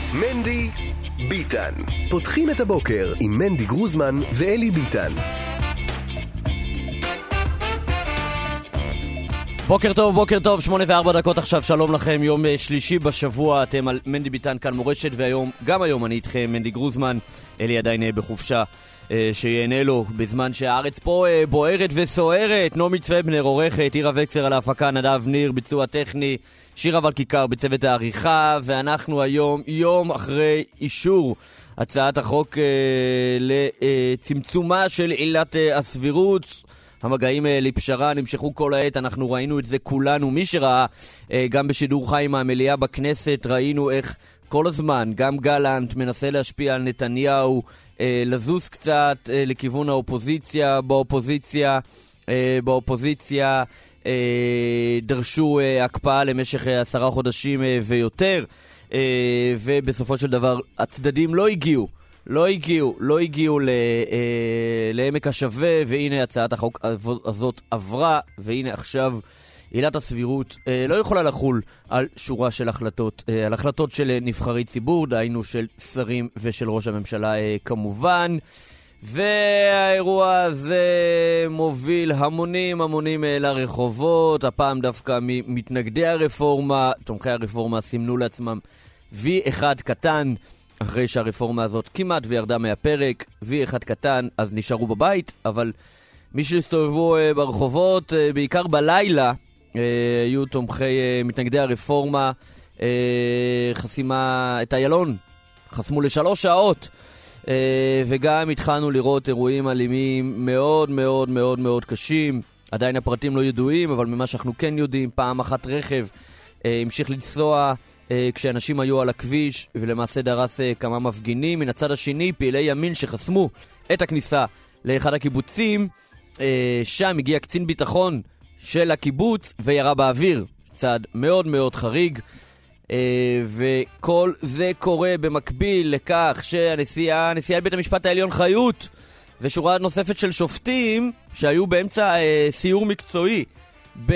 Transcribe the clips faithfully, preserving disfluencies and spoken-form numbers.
מנדי ביטן. פותחים את הבוקר עם מנדי גרוזמן ואלי ביטן. בוקר טוב, בוקר טוב, שמונה וארבע דקות עכשיו, שלום לכם, יום שלישי בשבוע, אתם על מנדי ביטן כאן מורשת, והיום, גם היום אני איתכם, מנדי גרוזמן, אלי עדיין בחופשה, שיהנה לו בזמן שהארץ פה בוערת וסוערת. נעמי צויבנר עורכת, עירה וקסר על ההפקה, נדב ניר ביצוע טכני, שירה ולכיכר בצוות העריכה, ואנחנו היום יום אחרי אישור הצעת החוק לצמצומה של עילת הסבירות. המגעים לפשרה נמשכו כל העת, אנחנו ראינו את זה כולנו, מי שראה גם בשידור חי מהמליאה בכנסת, ראינו איך כל הזמן גם גלנט מנסה להשפיע על נתניהו, לזוז קצת לכיוון האופוזיציה, באופוזיציה, באופוזיציה דרשו הקפאה למשך עשרה חודשים ויותר, ובסופו של דבר הצדדים לא הגיעו. לא הגיעו, לא הגיעו ל, אה, לעמק השווה, והנה הצעת החוק הזאת עברה, והנה עכשיו עילת הסבירות אה, לא יכולה לחול על שורה של החלטות, אה, על החלטות של נבחרי ציבור, דהיינו של שרים ושל ראש הממשלה אה, כמובן, והאירוע הזה מוביל המונים המונים אה, לרחובות, הפעם דווקא ממתנגדי הרפורמה, תומכי הרפורמה סימנו לעצמם וי אחד קטן, אחרי שהרפורמה הזאת כמעט וירדה מהפרק, וי אחד קטן, אז נשארו בבית, אבל מי שהסתובבו uh, ברחובות, uh, בעיקר בלילה, uh, היו תומכי uh, מתנגדי הרפורמה, uh, חסימה את איילון, חסמו לשלוש שעות, uh, וגם התחלנו לראות אירועים אלימים מאוד מאוד מאוד מאוד קשים, עדיין הפרטים לא ידועים, אבל ממה שאנחנו כן יודעים, פעם אחת רכב uh, המשיך לנסוע, כשאנשים היו על הכביש ולמעשה דרס כמה מפגינים. מן הצד השני, פעילי ימין שחסמו את הכניסה לאחד הקיבוצים, שם הגיע קצין ביטחון של הקיבוץ וירה באוויר, צעד מאוד מאוד חריג, וכל זה קורה במקביל לכך שהנשיאה, נשיאת בית המשפט העליון חיות ושורה נוספת של שופטים שהיו באמצע סיור מקצועי ב...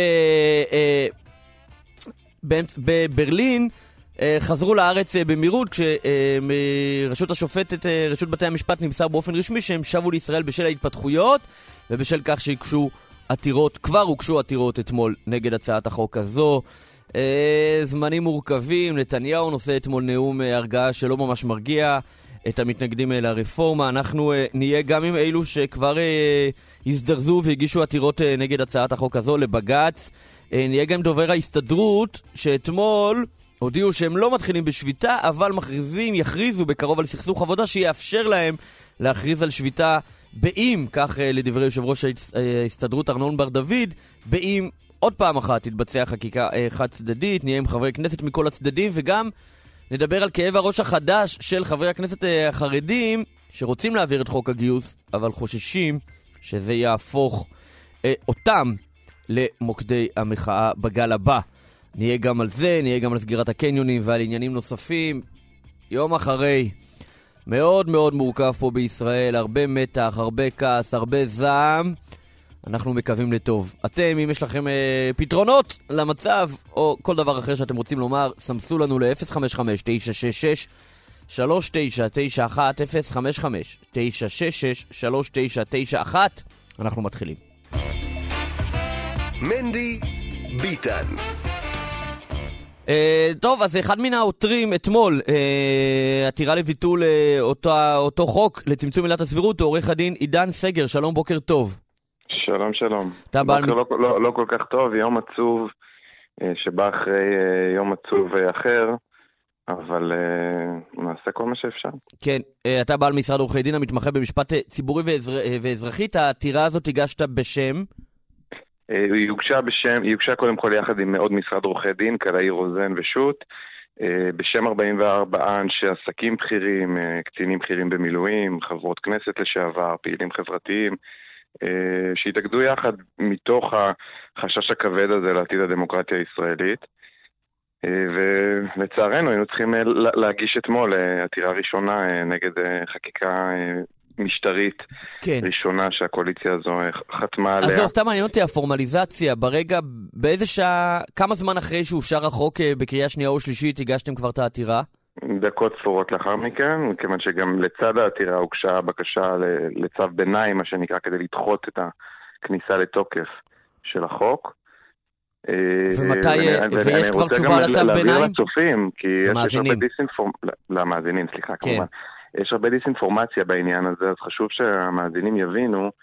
בברלין, חזרו לארץ במהירות, כשרשות השופטת, רשות בתי המשפט נמסר באופן רשמי שהם שבו לישראל בשל ההתפתחויות ובשל כך שהוגשו עתירות, כבר הוגשו עתירות אתמול נגד הצעת החוק הזו. זמנים מורכבים, נתניהו נושא אתמול נאום הרגעה שלא ממש מרגיע את המתנגדים לרפורמה. אנחנו נהיה גם עם אילו שכבר הזדרזו והגישו עתירות נגד הצעת החוק הזו לבג"ץ. נהיה גם דובר ההסתדרות שאתמול הודיעו שהם לא מתחילים בשביתה, אבל מכריזים, יכריזו בקרוב על סכסוך עבודה שיאפשר להם להכריז על שביתה באם, כך לדברי יושב ראש ההסתדרות ארנון בר דוד, באם עוד פעם אחת תתבצע חקיקה חד צדדית. נהיה עם חברי כנסת מכל הצדדים וגם נדבר על כאב הראש החדש של חברי הכנסת החרדים שרוצים להעביר את חוק הגיוס, אבל חוששים שזה יהפוך אה, אותם למוקדי המחאה בגל הבא. נהיה גם על זה, נהיה גם על סגירת הקניונים ועל עניינים נוספים. יום אחרי, מאוד מאוד מורכב פה בישראל, הרבה מתח, הרבה כעס, הרבה זעם. אנחנו מקווים לטוב. אתם, אם יש לכם אה, פתרונות למצב, או כל דבר אחר שאתם רוצים לומר, סמסו לנו ל-אפס חמש חמש תשע שש שש שלוש תשע תשע אחת, אפס חמש חמש תשע שש שש שלוש תשע תשע אחת. אנחנו מתחילים. מנדי ביטן. Uh, טוב, אז אחד מן העותרים אתמול, uh, עתירה לביטול uh, אותו, אותו חוק לצמצום עילת הסבירות, הוא עורך הדין עידן סגר. שלום, בוקר טוב. שלום, שלום. בוקר בעל... לא, לא, לא כל כך טוב, יום עצוב uh, שבא אחרי uh, יום עצוב uh, אחר, אבל uh, נעשה כל מה שאפשר. כן, uh, אתה בעל משרד עורכי דין המתמחה במשפט ציבורי ואזר... ואזרחית. העתירה הזאת הגשת בשם? היא יוגשה בשם, היא יוגשה קודם כל יחד עם עוד משרד עורכי דין, קלעי רוזן ושות, בשם ארבעים וארבעה אנשי עסקים בכירים, קצינים בכירים במילואים, חברות כנסת לשעבר, פעילים חברתיים, שהתאגדו יחד מתוך החשש הכבד הזה לעתיד הדמוקרטיה הישראלית, ולצערנו היינו צריכים להגיש אתמול עתירה ראשונה נגד חקיקה משטרית כן. ראשונה שהקואליציה הזו חתמה עליה. אז זו סתם מעניין אותי הפורמליזציה, ברגע, באיזה שעה, כמה זמן אחרי שאושר החוק בקריאה שנייה או שלישית הגשתם כבר את העתירה? דקות ספורות לאחר מכן, מכיוון שגם לצד העתירה הוגשה בקשה לצו ביניים, מה שנקרא, כדי לדחות את הכניסה לתוקף של החוק. ומתי, ויש כבר תשובה לצו ביניים? ואני רוצה גם להעביר לצופים, כי יש הרבה דיסאינפורמציה, למאזינים, סליחה, כמובן. יש הרבה דיסאינפורמציה בעניין הזה, אז חשוב שהמאזינים יבינו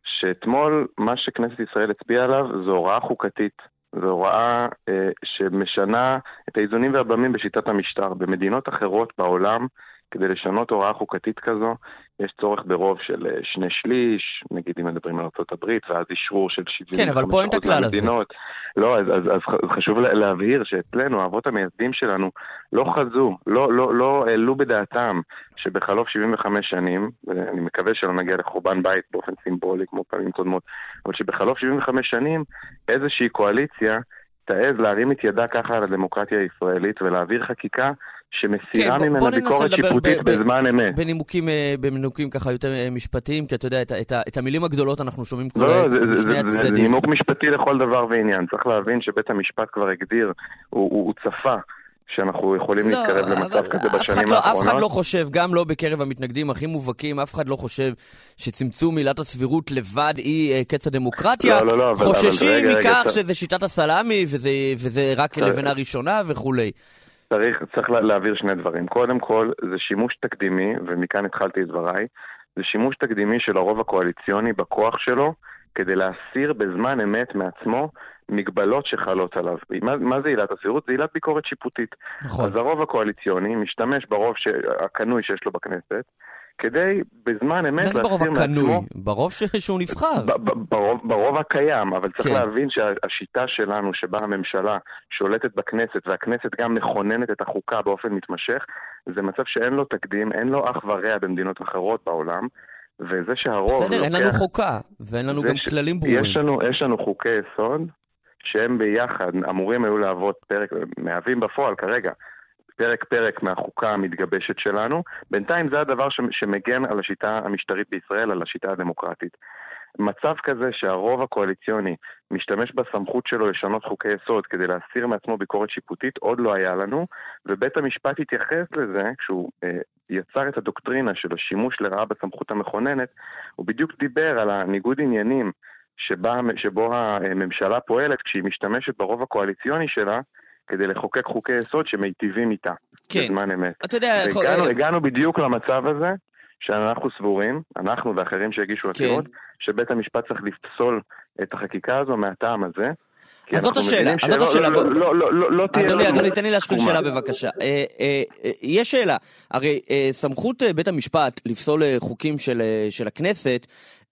שאתמול מה שכנסת ישראל הצביעה עליו זו הוראה חוקתית, זו הוראה אה, שמשנה את האיזונים והבלמים בשיטת המשטר. במדינות אחרות בעולם, כדי לשנות הוראה חוקתית כזו, יש צורך ברוב של שני שליש, נגיד אם מדברים על ארצות הברית, ואז אישרור של שבעים וחמש כן, אבל פה אין את הכלל הזה. לא, אז, אז, אז חשוב להבהיר שאצלנו, האבות המייסדים שלנו, לא חזו, לא, לא, לא העלו בדעתם שבחלוף שבעים וחמש שנים, ואני מקווה שלא נגיע לחורבן בית באופן סימבולי כמו פעמים קודמות, אבל שבחלוף שבעים וחמש שנים, איזושהי קואליציה תעז להרים את ידה ככה על הדמוקרטיה הישראלית ולהעביר חקיקה שמסירה כן, ממנה ביקורת שיפוטית ב- בזמן אמת. בנימוקים, בנימוקים ככה יותר משפטיים, כי אתה יודע, את, את, את המילים הגדולות אנחנו שומעים כל לא, העת משני זה, הצדדים. זה, זה נימוק משפטי לכל דבר ועניין. צריך להבין שבית המשפט כבר הגדיר, הוא, הוא, הוא צפה שאנחנו יכולים לא, להתקרב למצב כזה בשנים לא, האחרונות. אף אחד לא חושב, גם לא בקרב המתנגדים הכי מובהקים, אף אחד לא חושב שצמצום עילת הסבירות לבד היא קץ הדמוקרטיה. לא, לא, לא, אבל, חוששים אבל, רגע, מכך רגע, שזה שיטת הסלאמי וזה, וזה רק לבנה ראשונה וכולי. צריך, צריך להעביר שני דברים. קודם כל, זה שימוש תקדימי, ומכאן התחלתי את דבריי, זה שימוש תקדימי של הרוב הקואליציוני בכוח שלו, כדי להסיר בזמן אמת מעצמו מגבלות שחלות עליו. מה, מה זה עילת הסבירות? זה עילת ביקורת שיפוטית. נכון. אז הרוב הקואליציוני משתמש ברוב ש... הקנוי שיש לו בכנסת, כדי בזמן אמת להסיר מעצמו... ברוב הקנוי? ברוב ש... שהוא נבחר. ב- ב- ברוב, ברוב הקיים, אבל צריך כן. להבין שהשיטה שלנו, שבה הממשלה שולטת בכנסת, והכנסת גם מכוננת את החוקה באופן מתמשך, זה מצב שאין לו תקדים, אין לו אח ורע במדינות אחרות בעולם, וזה שהרוב... בסדר, אין לנו חוקה, ואין לנו גם ש... כללים ברורים. יש לנו, יש לנו חוקי יסוד, שהם ביחד אמורים היו לעבוד פרק, מהווים בפועל כרגע, פרק פרק מהחוקה המתגבשת שלנו. בינתיים זה הדבר ש... שמגן על השיטה המשטרית בישראל, על השיטה הדמוקרטית. מצב כזה שהרוב הקואליציוני משתמש בסמכות שלו לשנות חוקי יסוד כדי להסיר מעצמו ביקורת שיפוטית, עוד לא היה לנו, ובית המשפט התייחס לזה, כשהוא אה, יצר את הדוקטרינה של השימוש לרעה בסמכות המכוננת, הוא בדיוק דיבר על הניגוד עניינים שבה, שבו הממשלה פועלת כשהיא משתמשת ברוב הקואליציוני שלה, כדי לחוקק חוקי יסוד שמיטיבים איתה. כן. בזמן אמת. אתה יודע... והגענו, הגענו בדיוק למצב הזה, שאנחנו סבורים, אנחנו ואחרים שהגישו עתירות, כן. שבית המשפט צריך לפסול את החקיקה הזו מהטעם הזה. אז זאת השאלה, אז זאת השאלה. לא, לא, לא, לא, לא תהיה... אדוני, אדוני, תן לי להשחיל שאלה בבקשה. אה, אה, אה, יש שאלה, הרי אה, סמכות בית המשפט לפסול חוקים של, של הכנסת,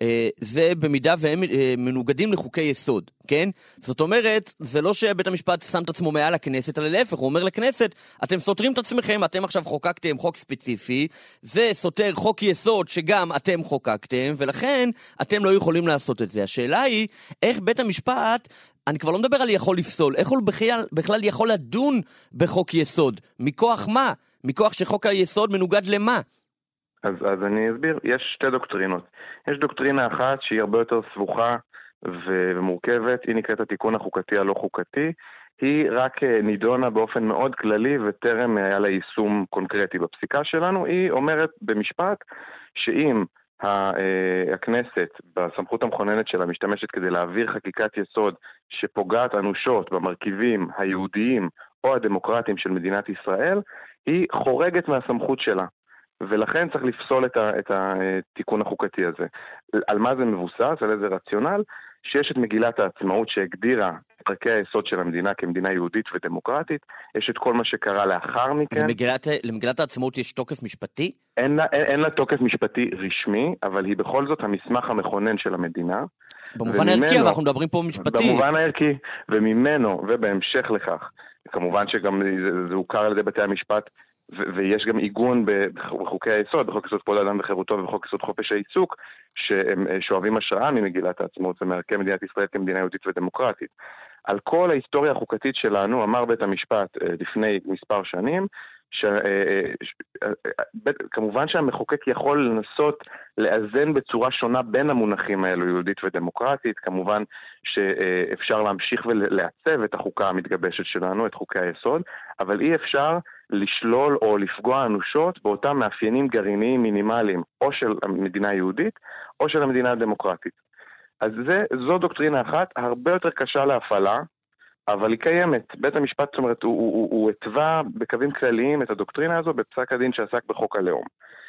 זה במידה והם מנוגדים לחוקי יסוד, כן? זאת אומרת, זה לא שבית המשפט שם את עצמו מעל הכנסת, אלא להפך, הוא אומר לכנסת, אתם סותרים את עצמכם, אתם עכשיו חוקקתם חוק ספציפי, זה סותר חוק יסוד שגם אתם חוקקתם, ולכן אתם לא יכולים לעשות את זה. השאלה היא, איך בית המשפט, אני כבר לא מדבר על יכול לפסול, איך הוא בכלל, בכלל יכול לדון בחוק יסוד? מכוח מה? מכוח שחוק היסוד מנוגד למה? אז, אז אני אסביר, יש שתי דוקטרינות. יש דוקטרינה אחת שהיא הרבה יותר סבוכה ומורכבת, היא נקראת התיקון החוקתי הלא חוקתי, היא רק נידונה באופן מאוד כללי וטרם היה לה יישום קונקרטי בפסיקה שלנו. היא אומרת במשפט שאם הכנסת בסמכות המכוננת שלה משתמשת כדי להעביר חקיקת יסוד שפוגעת אנושות במרכיבים היהודיים או הדמוקרטיים של מדינת ישראל, היא חורגת מהסמכות שלה. ולכן צריך לפסול את, ה, את התיקון החוקתי הזה. על מה זה מבוסס? על איזה רציונל? שיש את מגילת העצמאות שהגדירה את ערכי היסוד של המדינה כמדינה יהודית ודמוקרטית, יש את כל מה שקרה לאחר מכן. למגילת, למגילת העצמאות יש תוקף משפטי? אין לה, אין, אין לה תוקף משפטי רשמי, אבל היא בכל זאת המסמך המכונן של המדינה. במובן הערכי, אנחנו מדברים פה משפטי. במובן הערכי, וממנו, ובהמשך לכך, כמובן שגם זה, זה הוכר על ידי בתי המשפט, ויש גם עיגון בחוקי היסוד, בחוק יסוד כבוד האדם וחירותו ובחוק יסוד חופש העיסוק, שהם שואבים השראה ממגילת העצמאות ומערכי מדינת ישראל כמדינה יהודית ודמוקרטית. על כל ההיסטוריה החוקתית שלנו, אמר בית המשפט לפני מספר שנים, ש... כמובן שהמחוקק יכול לנסות לאזן בצורה שונה בין המונחים האלו, יהודית ודמוקרטית, כמובן שאפשר להמשיך ולעצב את החוקה המתגבשת שלנו, את חוקי היסוד, אבל אי אפשר לשלול או לפגוע אנושות באותם מאפיינים גרעיניים מינימליים, או של המדינה היהודית, או של המדינה הדמוקרטית. אז זה, זו דוקטרינה אחת, הרבה יותר קשה להפעלה, אבל היא קיימת. בית המשפט, זאת אומרת, הוא, הוא, הוא, הוא התווה בקווים כלליים את הדוקטרינה הזו בפסק הדין שעסק בחוק הלאום.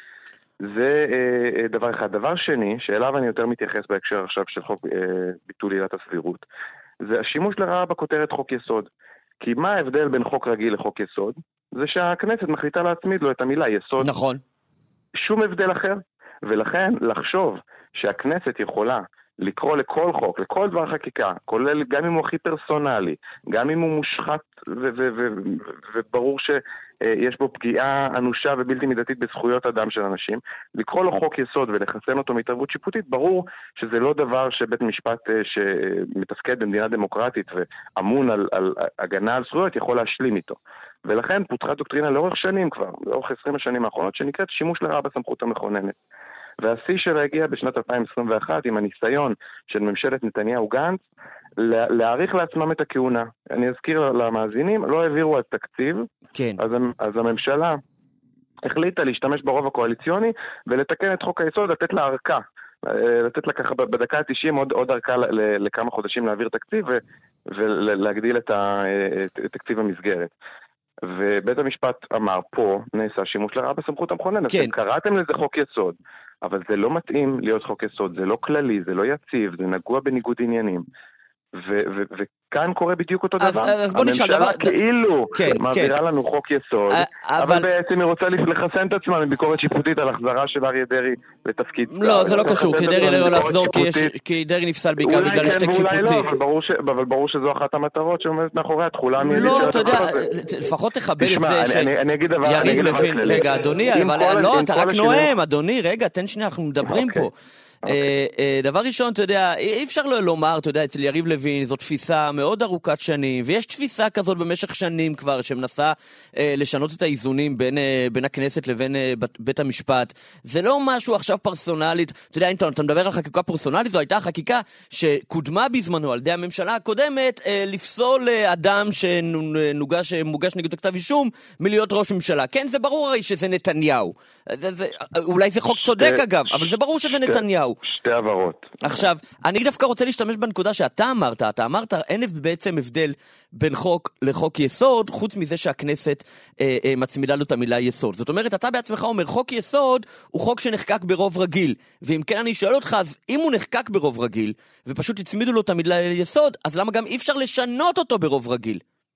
זה אה, דבר אחד. דבר שני, שאליו אני יותר מתייחס בהקשר עכשיו של חוק אה, ביטול עילת הסבירות, זה השימוש לרעה בכותרת חוק יסוד. כי מה ההבדל בין חוק רגיל לחוק יסוד? זה שהכנסת מחליטה להצמיד לו את המילה יסוד. נכון. שום הבדל אחר. ולכן לחשוב שהכנסת יכולה לקרוא לכל חוק, לכל דבר חקיקה, כולל גם אם הוא הכי פרסונלי, גם אם הוא מושחת ו- ו- ו- וברור שיש בו פגיעה אנושה ובלתי מידתית בזכויות אדם של אנשים, לקרוא לו חוק יסוד ולחסן אותו מהתערבות שיפוטית, ברור שזה לא דבר שבית משפט שמתפקד במדינה דמוקרטית ואמון על, על הגנה על זכויות יכול להשלים איתו. ולכן פותחה דוקטרינה לאורך שנים כבר, לאורך עשרים השנים האחרונות, שנקראת שימוש לרעה בסמכות המכוננת. והשיא שלה הגיע בשנת אלפיים עשרים ואחת עם הניסיון של ממשלת נתניהו גנץ להאריך לעצמם את הכהונה. אני אזכיר למאזינים, לא העבירו אז תקציב, כן. אז, אז הממשלה החליטה להשתמש ברוב הקואליציוני ולתקן את חוק היסוד, לתת לה ארכה, לתת לה ככה בדקה ה-תשעים עוד, עוד ארכה לכמה חודשים להעביר תקציב ולהגדיל את תקציב המסגרת. ובית המשפט אמר, פה נעשה שימוש לרעה בסמכות המכוננת. כן. אתם קראתם לזה חוק יסוד, אבל זה לא מתאים להיות חוק יסוד, זה לא כללי, זה לא יציב, זה נגוע בניגוד עניינים. וכאן קורה בדיוק אותו דבר. הממשלה כאילו מעבירה לנו חוק יסוד, אבל בעצם היא רוצה לחסן את עצמה מביקורת שיפוטית על החזרה של אריה דרעי לתפקיד. לא, זה לא קשור, כי דרעי לא לחזור, כי דרעי נפסל בעיקר בגלל השתק שיפוטי. אבל ברור שזו אחת המטרות שעומדת מאחורי התחולה. לא, אתה יודע, לפחות תכבד את זה. אני אגיד דבר יריב לוין, רגע, אדוני, אבל לא, אתה רק נואם, אדוני, רגע, תן שנייה, אנחנו מדברים פה. דבר ראשון, אתה יודע, אי אפשר לא לומר, אתה יודע, אצל יריב לוין זו תפיסה מאוד ארוכת שנים, ויש תפיסה כזאת במשך שנים כבר, שמנסה לשנות את האיזונים בין הכנסת לבין בית המשפט. זה לא משהו עכשיו פרסונלית, אתה יודע, אתה מדבר על חקיקה פרסונלית, זו הייתה חקיקה שקודמה בזמנו על ידי הממשלה הקודמת, לפסול אדם שמוגש נגד כתב אישום מלהיות ראש ממשלה. כן, זה ברור הרי שזה נתניהו. אולי זה חוק צודק אגב, אבל זה ברור שזה נתניהו. שתי עברות. עכשיו, אני דווקא רוצה להשתמש בנקודה שאתה אמרת, אתה אמרת, אין בעצם הבדל בין חוק לחוק יסוד, חוץ מזה שהכנסת אה, אה, מצמידה לו את המילה יסוד. זאת אומרת, אתה בעצמך אומר, חוק יסוד הוא חוק שנחקק ברוב רגיל, ואם כן אני שואל אותך, אז אם הוא נחקק ברוב רגיל, ופשוט הצמידו לו את המילה יסוד, אז למה גם אי אפשר לשנות אותו ברוב רגיל?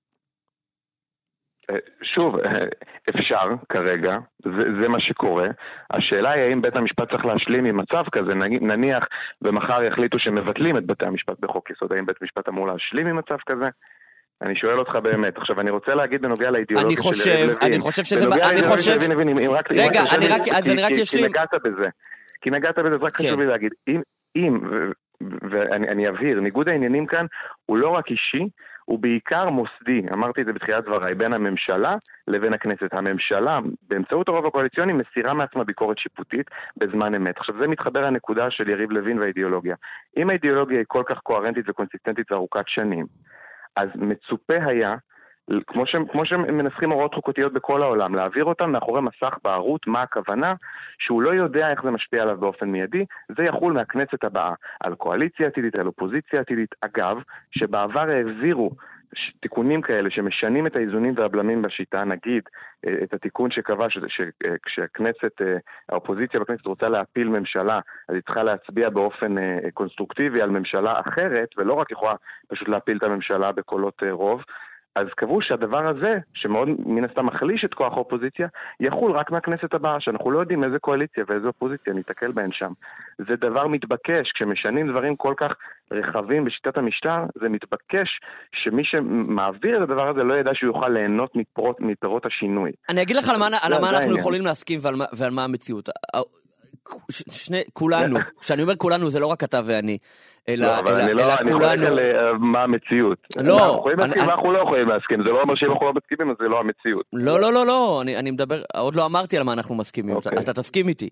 שוב, אפשר כרגע, זה, זה מה שקורה. השאלה היא האם בית המשפט צריך להשלים עם מצב כזה, נניח ומחר יחליטו שמבטלים את בתי המשפט בחוק יסוד, האם בית המשפט אמור להשלים עם מצב כזה? אני שואל אותך באמת. עכשיו אני רוצה להגיד בנוגע לאידיאולוגיה של יריב לוין. אני חושב שזה... אני חושב... רגע, אני רק אז אני רק אשלים. כי נגעת בזה. כי נגעת בזה, זה רק חשוב לי להגיד. אם, ואני אבהיר, ניגוד העניינים כאן הוא לא רק אישי, הוא בעיקר מוסדי, אמרתי את זה בתחילת דבריי, בין הממשלה לבין הכנסת. הממשלה, באמצעות הרוב הקואליציוני, מסירה מעצמה ביקורת שיפוטית בזמן אמת. עכשיו, זה מתחבר לנקודה של יריב לוין והאידיאולוגיה. אם האידיאולוגיה היא כל כך קוהרנטית וקונסיסטנטית וארוכת שנים, אז מצופה היה, כמו, ש, כמו שמנסחים הוראות חוקתיות בכל העולם, להעביר אותם מאחורי מסך בערות, מה הכוונה, שהוא לא יודע איך זה משפיע עליו באופן מיידי, זה יחול מהכנסת הבאה, על קואליציה עתידית, על אופוזיציה עתידית. אגב, שבעבר העבירו תיקונים כאלה שמשנים את האיזונים והבלמים בשיטה, נגיד את התיקון שקבע שכשהכנסת, האופוזיציה בכנסת רוצה להפיל ממשלה, אז היא צריכה להצביע באופן קונסטרוקטיבי על ממשלה אחרת, ולא רק יכולה פשוט להפיל את הממשלה בקולות רוב. אז קבעו שהדבר הזה, שמאוד מן הסתם מחליש את כוח האופוזיציה, יחול רק מהכנסת הבאה, שאנחנו לא יודעים איזה קואליציה ואיזה אופוזיציה ניתקל בהן שם. זה דבר מתבקש, כשמשנים דברים כל כך רחבים בשיטת המשטר, זה מתבקש שמי שמעביר את הדבר הזה לא ידע שהוא יוכל ליהנות מפירות, מפירות השינוי. אני אגיד לך על מה, על מה אנחנו יכולים להסכים ועל מה, ועל מה המציאות. שני, כולנו, שאני אומר כולנו זה לא רק אתה ואני, אלא, לא, אלא, אני אלא לא, אני כולנו. אני חולק מה המציאות. לא. אנחנו יכולים להסכים, אני, אנחנו לא יכולים להסכים, זה לא אומר שאם אנחנו לא מסכימים, אז זה לא המציאות. לא, לא, לא, לא, אני, אני מדבר, עוד לא אמרתי על מה אנחנו מסכימים, אוקיי. אתה, אתה תסכים איתי.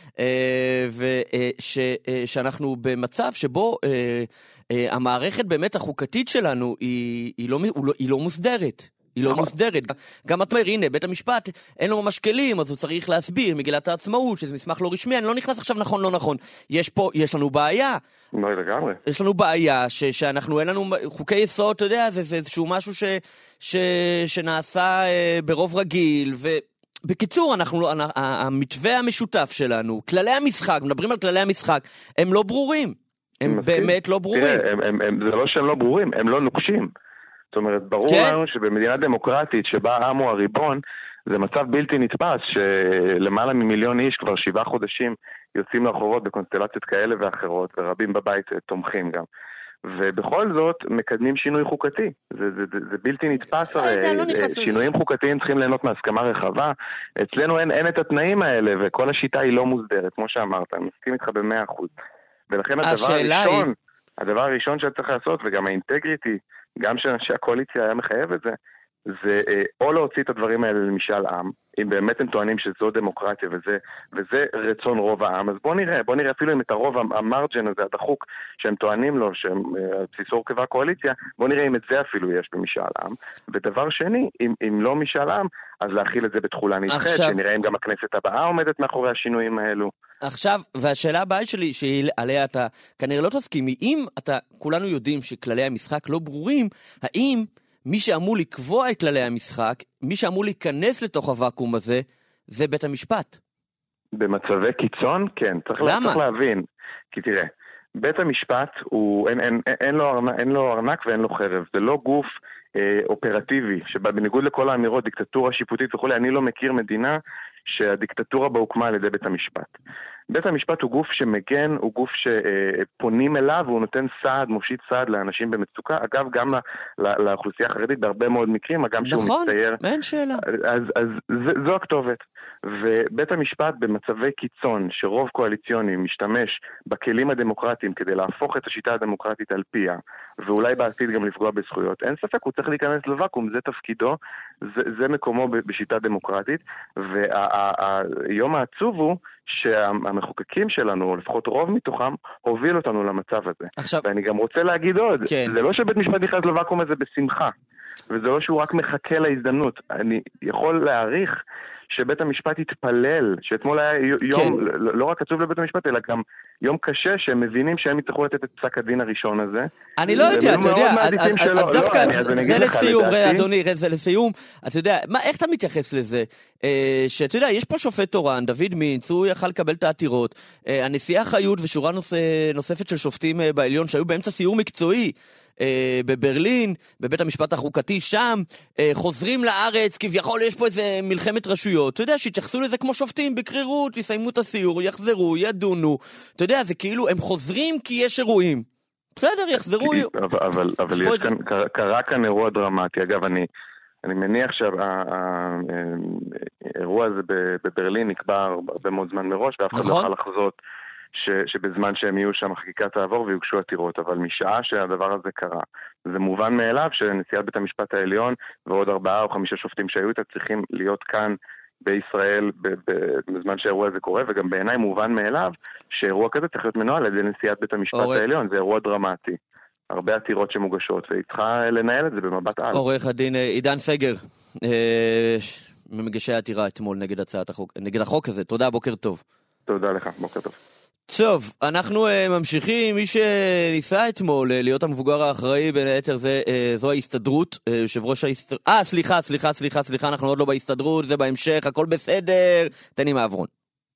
ושאנחנו במצב שבו המערכת באמת החוקתית שלנו היא, היא, לא, היא לא מוסדרת. היא לא מוסדרת. גם את אומר, הנה, בית המשפט, אין לו ממש כלים, אז הוא צריך להסביר, מגילת העצמאות, שזה מסמך לא רשמי, אני לא נכנס עכשיו נכון, לא נכון. יש פה, יש לנו בעיה. לא, לגמרי. יש לנו בעיה, ש, שאנחנו, אין לנו, חוקי יסוד, אתה יודע, זה, זה איזשהו משהו ש, ש, שנעשה אה, ברוב רגיל, ובקיצור, אנחנו, המתווה המשותף שלנו, כללי המשחק, מדברים על כללי המשחק, הם לא ברורים. הם באמת לא ברורים. תראה, הם, הם, הם, זה לא שהם לא ברורים, הם לא נוקשים. זאת אומרת, ברור כן? לנו שבמדינה דמוקרטית שבה העם הוא הריבון, זה מצב בלתי נתפס, שלמעלה ממיליון איש כבר שבעה חודשים יוצאים לרחובות בקונסטלציות כאלה ואחרות, ורבים בבית תומכים גם. ובכל זאת מקדמים שינוי חוקתי. זה, זה, זה, זה בלתי נתפס, הרי לא שינויים חוקתיים צריכים ליהנות מהסכמה רחבה. אצלנו אין, אין את התנאים האלה, וכל השיטה היא לא מוסדרת, כמו שאמרת, אני מסכים איתך במאה אחוז. ולכן הדבר הראשון, היא... הדבר הראשון שצריך לעשות, וגם האינטגריטי, גם שאנשי הקואליציה היה מחייב את זה, זה או להוציא את הדברים האלה למשאל עם, אם באמת הם טוענים שזו דמוקרטיה וזה, וזה רצון רוב העם, אז בוא נראה, בוא נראה אפילו אם את הרוב המרג'ן הזה, הדחוק, שהם טוענים לו, שהם בסיסו הרכבה הקואליציה, בוא נראה אם את זה אפילו יש במשאל עם. ודבר שני, אם, אם לא משאל עם, אז להכיל את זה בתחולה נדחית, עכשיו... שנראה אם גם הכנסת הבאה עומדת מאחורי השינויים האלו. עכשיו, והשאלה הבאה שלי, שעליה אתה כנראה לא תסכים, אם אתה, כולנו יודעים שכללי המשחק לא ברורים, האם מי שאמור לקבוע את כללי המשחק, מי שאמור להיכנס לתוך הוואקום הזה, זה בית המשפט? במצבי קיצון, כן. צריך למה? צריך להבין. כי תראה, בית המשפט, הוא, אין, אין, אין, לו ארנק, אין לו ארנק ואין לו חרב. זה לא גוף אה, אופרטיבי, שבניגוד לכל האמירות, דיקטטורה שיפוטית וכו', אני לא מכיר מדינה שהדיקטטורה בה הוקמה על ידי בית המשפט. בית המשפט הוא גוף שמגן, הוא גוף שפונים אליו, והוא נותן סעד, מושיט סעד לאנשים במצוקה, אגב גם לאוכלוסייה החרדית בהרבה מאוד מקרים, אגם שהוא מצטייר. נכון, אין שאלה. אז, אז זו הכתובת. ובית המשפט במצבי קיצון, שרוב קואליציוני משתמש בכלים הדמוקרטיים כדי להפוך את השיטה הדמוקרטית על פיה, ואולי בעתיד גם לפגוע בזכויות, אין ספק, הוא צריך להיכנס לוואקום, זה תפקידו, זה, זה מקומו בשיטה דמוקרטית, והיום העצוב הוא שהמחוקקים שלנו, או לפחות רוב מתוכם, הוביל אותנו למצב הזה. עכשיו... ואני גם רוצה להגיד עוד, כן. זה לא שבית משפט נכנס לוואקום הזה בשמחה, וזה לא שהוא רק מחכה להזדמנות. אני יכול להעריך שבית המשפט התפלל, שאתמול היה יום, כן. לא, לא רק עצוב לבית המשפט, אלא גם יום קשה, שהם מבינים שהם יצטרכו לתת את פסק הדין הראשון הזה. אני לא יודע, אתה יודע, אז דווקא, זה לסיום, אדוני, זה לסיום, אתה יודע, איך אתה מתייחס לזה? שאתה יודע, יש פה שופט תורן, דוד מינץ, הוא יכל לקבל את העתירות, הנשיאה חיות ושורה נוספת של שופטים בעליון, שהיו באמצע סיור מקצועי, בברלין, בבית המשפט החוקתי שם, חוזרים לארץ, כביכול יש פה איזה מלחמת רשויות, אתה יודע, שיתייחסו לזה כמו שופטים, בקרירות, יסיימו את הסיור, יחזרו, ידונו, אתה יודע, זה כאילו, הם חוזרים כי יש אירועים. בסדר, יחזרו. אבל קרה כאן אירוע דרמטי, אגב, אני אני מניח שהאירוע הזה בברלין נקבע הרבה מאוד זמן מראש, ואף אחד לא יכול לחזות ש, שבזמן שהם יהיו שם החקיקה תעבור ויוגשו עתירות, אבל משעה שהדבר הזה קרה, זה מובן מאליו שנשיאת בית המשפט העליון ועוד ארבעה או חמישה שופטים שהיו איתה צריכים להיות כאן בישראל בזמן שהאירוע הזה קורה, וגם בעיניי מובן מאליו שאירוע כזה צריך להיות מנוהל על ידי נשיאת בית המשפט אור... העליון, זה אירוע דרמטי. הרבה עתירות שמוגשות, והיא צריכה לנהל את זה במבט על. עורך הדין עידן סגר, ממגישי העתירה אתמול נגד הצעת החוק, נגד החוק הזה. תודה, בוקר טוב. תודה לך, בוקר טוב. טוב, אנחנו uh, ממשיכים. מי שניסה אתמול uh, להיות המבוגר האחראי בין היתר זה, uh, זו ההסתדרות, uh, יושב ראש ההסתדרות. אה, סליחה, סליחה, סליחה, סליחה, אנחנו עוד לא בהסתדרות, זה בהמשך, הכל בסדר. תן לי מעברון.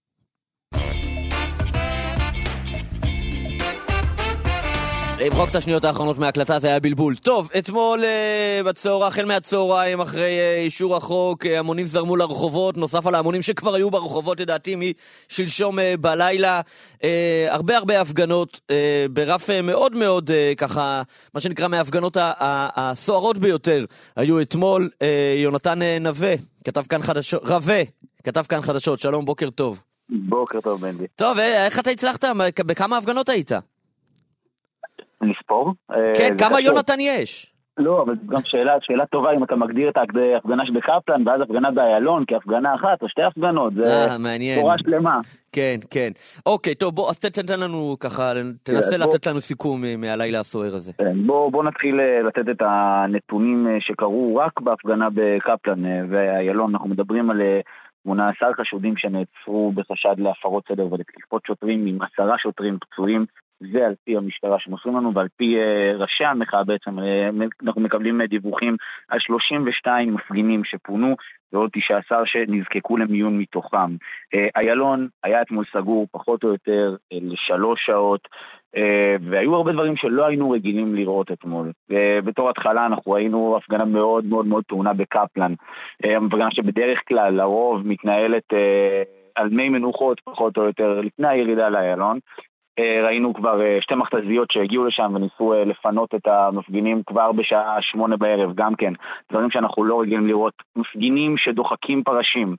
למחוק את השניות האחרונות מההקלטה, זה היה בלבול. טוב, אתמול uh, בצהרה, החל מהצהריים, אחרי uh, אישור החוק, uh, המונים זרמו לרחובות, נוסף על ההמונים שכבר היו ברחובות, לדעתי, משלשום uh, בלילה, uh, הרבה הרבה הפגנות, uh, ברף uh, מאוד מאוד, uh, ככה, מה שנקרא מההפגנות הסוערות ביותר, היו אתמול. uh, יונתן uh, נווה, כתב כאן חדשות, רווה, כתב כאן חדשות, שלום, בוקר טוב. בוקר טוב, בנדי. טוב, uh, איך אתה הצלחת? בכמה הפגנות היית? נספור. כן, כמה יונתן יש? לא, אבל גם שאלה, שאלה טובה אם אתה מגדיר את ההפגנה שבקפלן ואז הפגנה באיילון כהפגנה אחת או שתי הפגנות, זה תורה שלמה. כן, כן. אוקיי, טוב, בוא, אז תתן לנו ככה, תנסה לתת לנו סיכום מהלילה הסוער הזה. בוא, בוא נתחיל לתת את הנתונים שקרו רק בהפגנה בקפלן ואיילון. אנחנו מדברים על שמונה עשר חשודים שנעצרו בחשד להפרות סדר ולתקיפות שוטרים עם עשרה שוטרים פצועים. זה על פי המשטרה שמוסרים לנו, ועל פי uh, ראשי המחאה בעצם, uh, אנחנו מקבלים uh, דיווחים על שלושים ושתיים מפגינים שפונו, ועוד תשע עשרה שנזקקו למיון מתוכם. איילון uh, היה אתמול סגור פחות או יותר uh, לשלוש שעות, uh, והיו הרבה דברים שלא היינו רגילים לראות אתמול. Uh, בתור התחלה אנחנו ראינו הפגנה מאוד מאוד מאוד טעונה בקפלן, uh, הפגנה שבדרך כלל לרוב מתנהלת uh, על מי מנוחות פחות או יותר לפני הירידה לאיילון. ראינו כבר שתי מכתזיות שהגיעו לשם וניסו לפנות את המפגינים כבר בשעה שמונה בערב, גם כן, דברים שאנחנו לא רגילים לראות, מפגינים שדוחקים פרשים,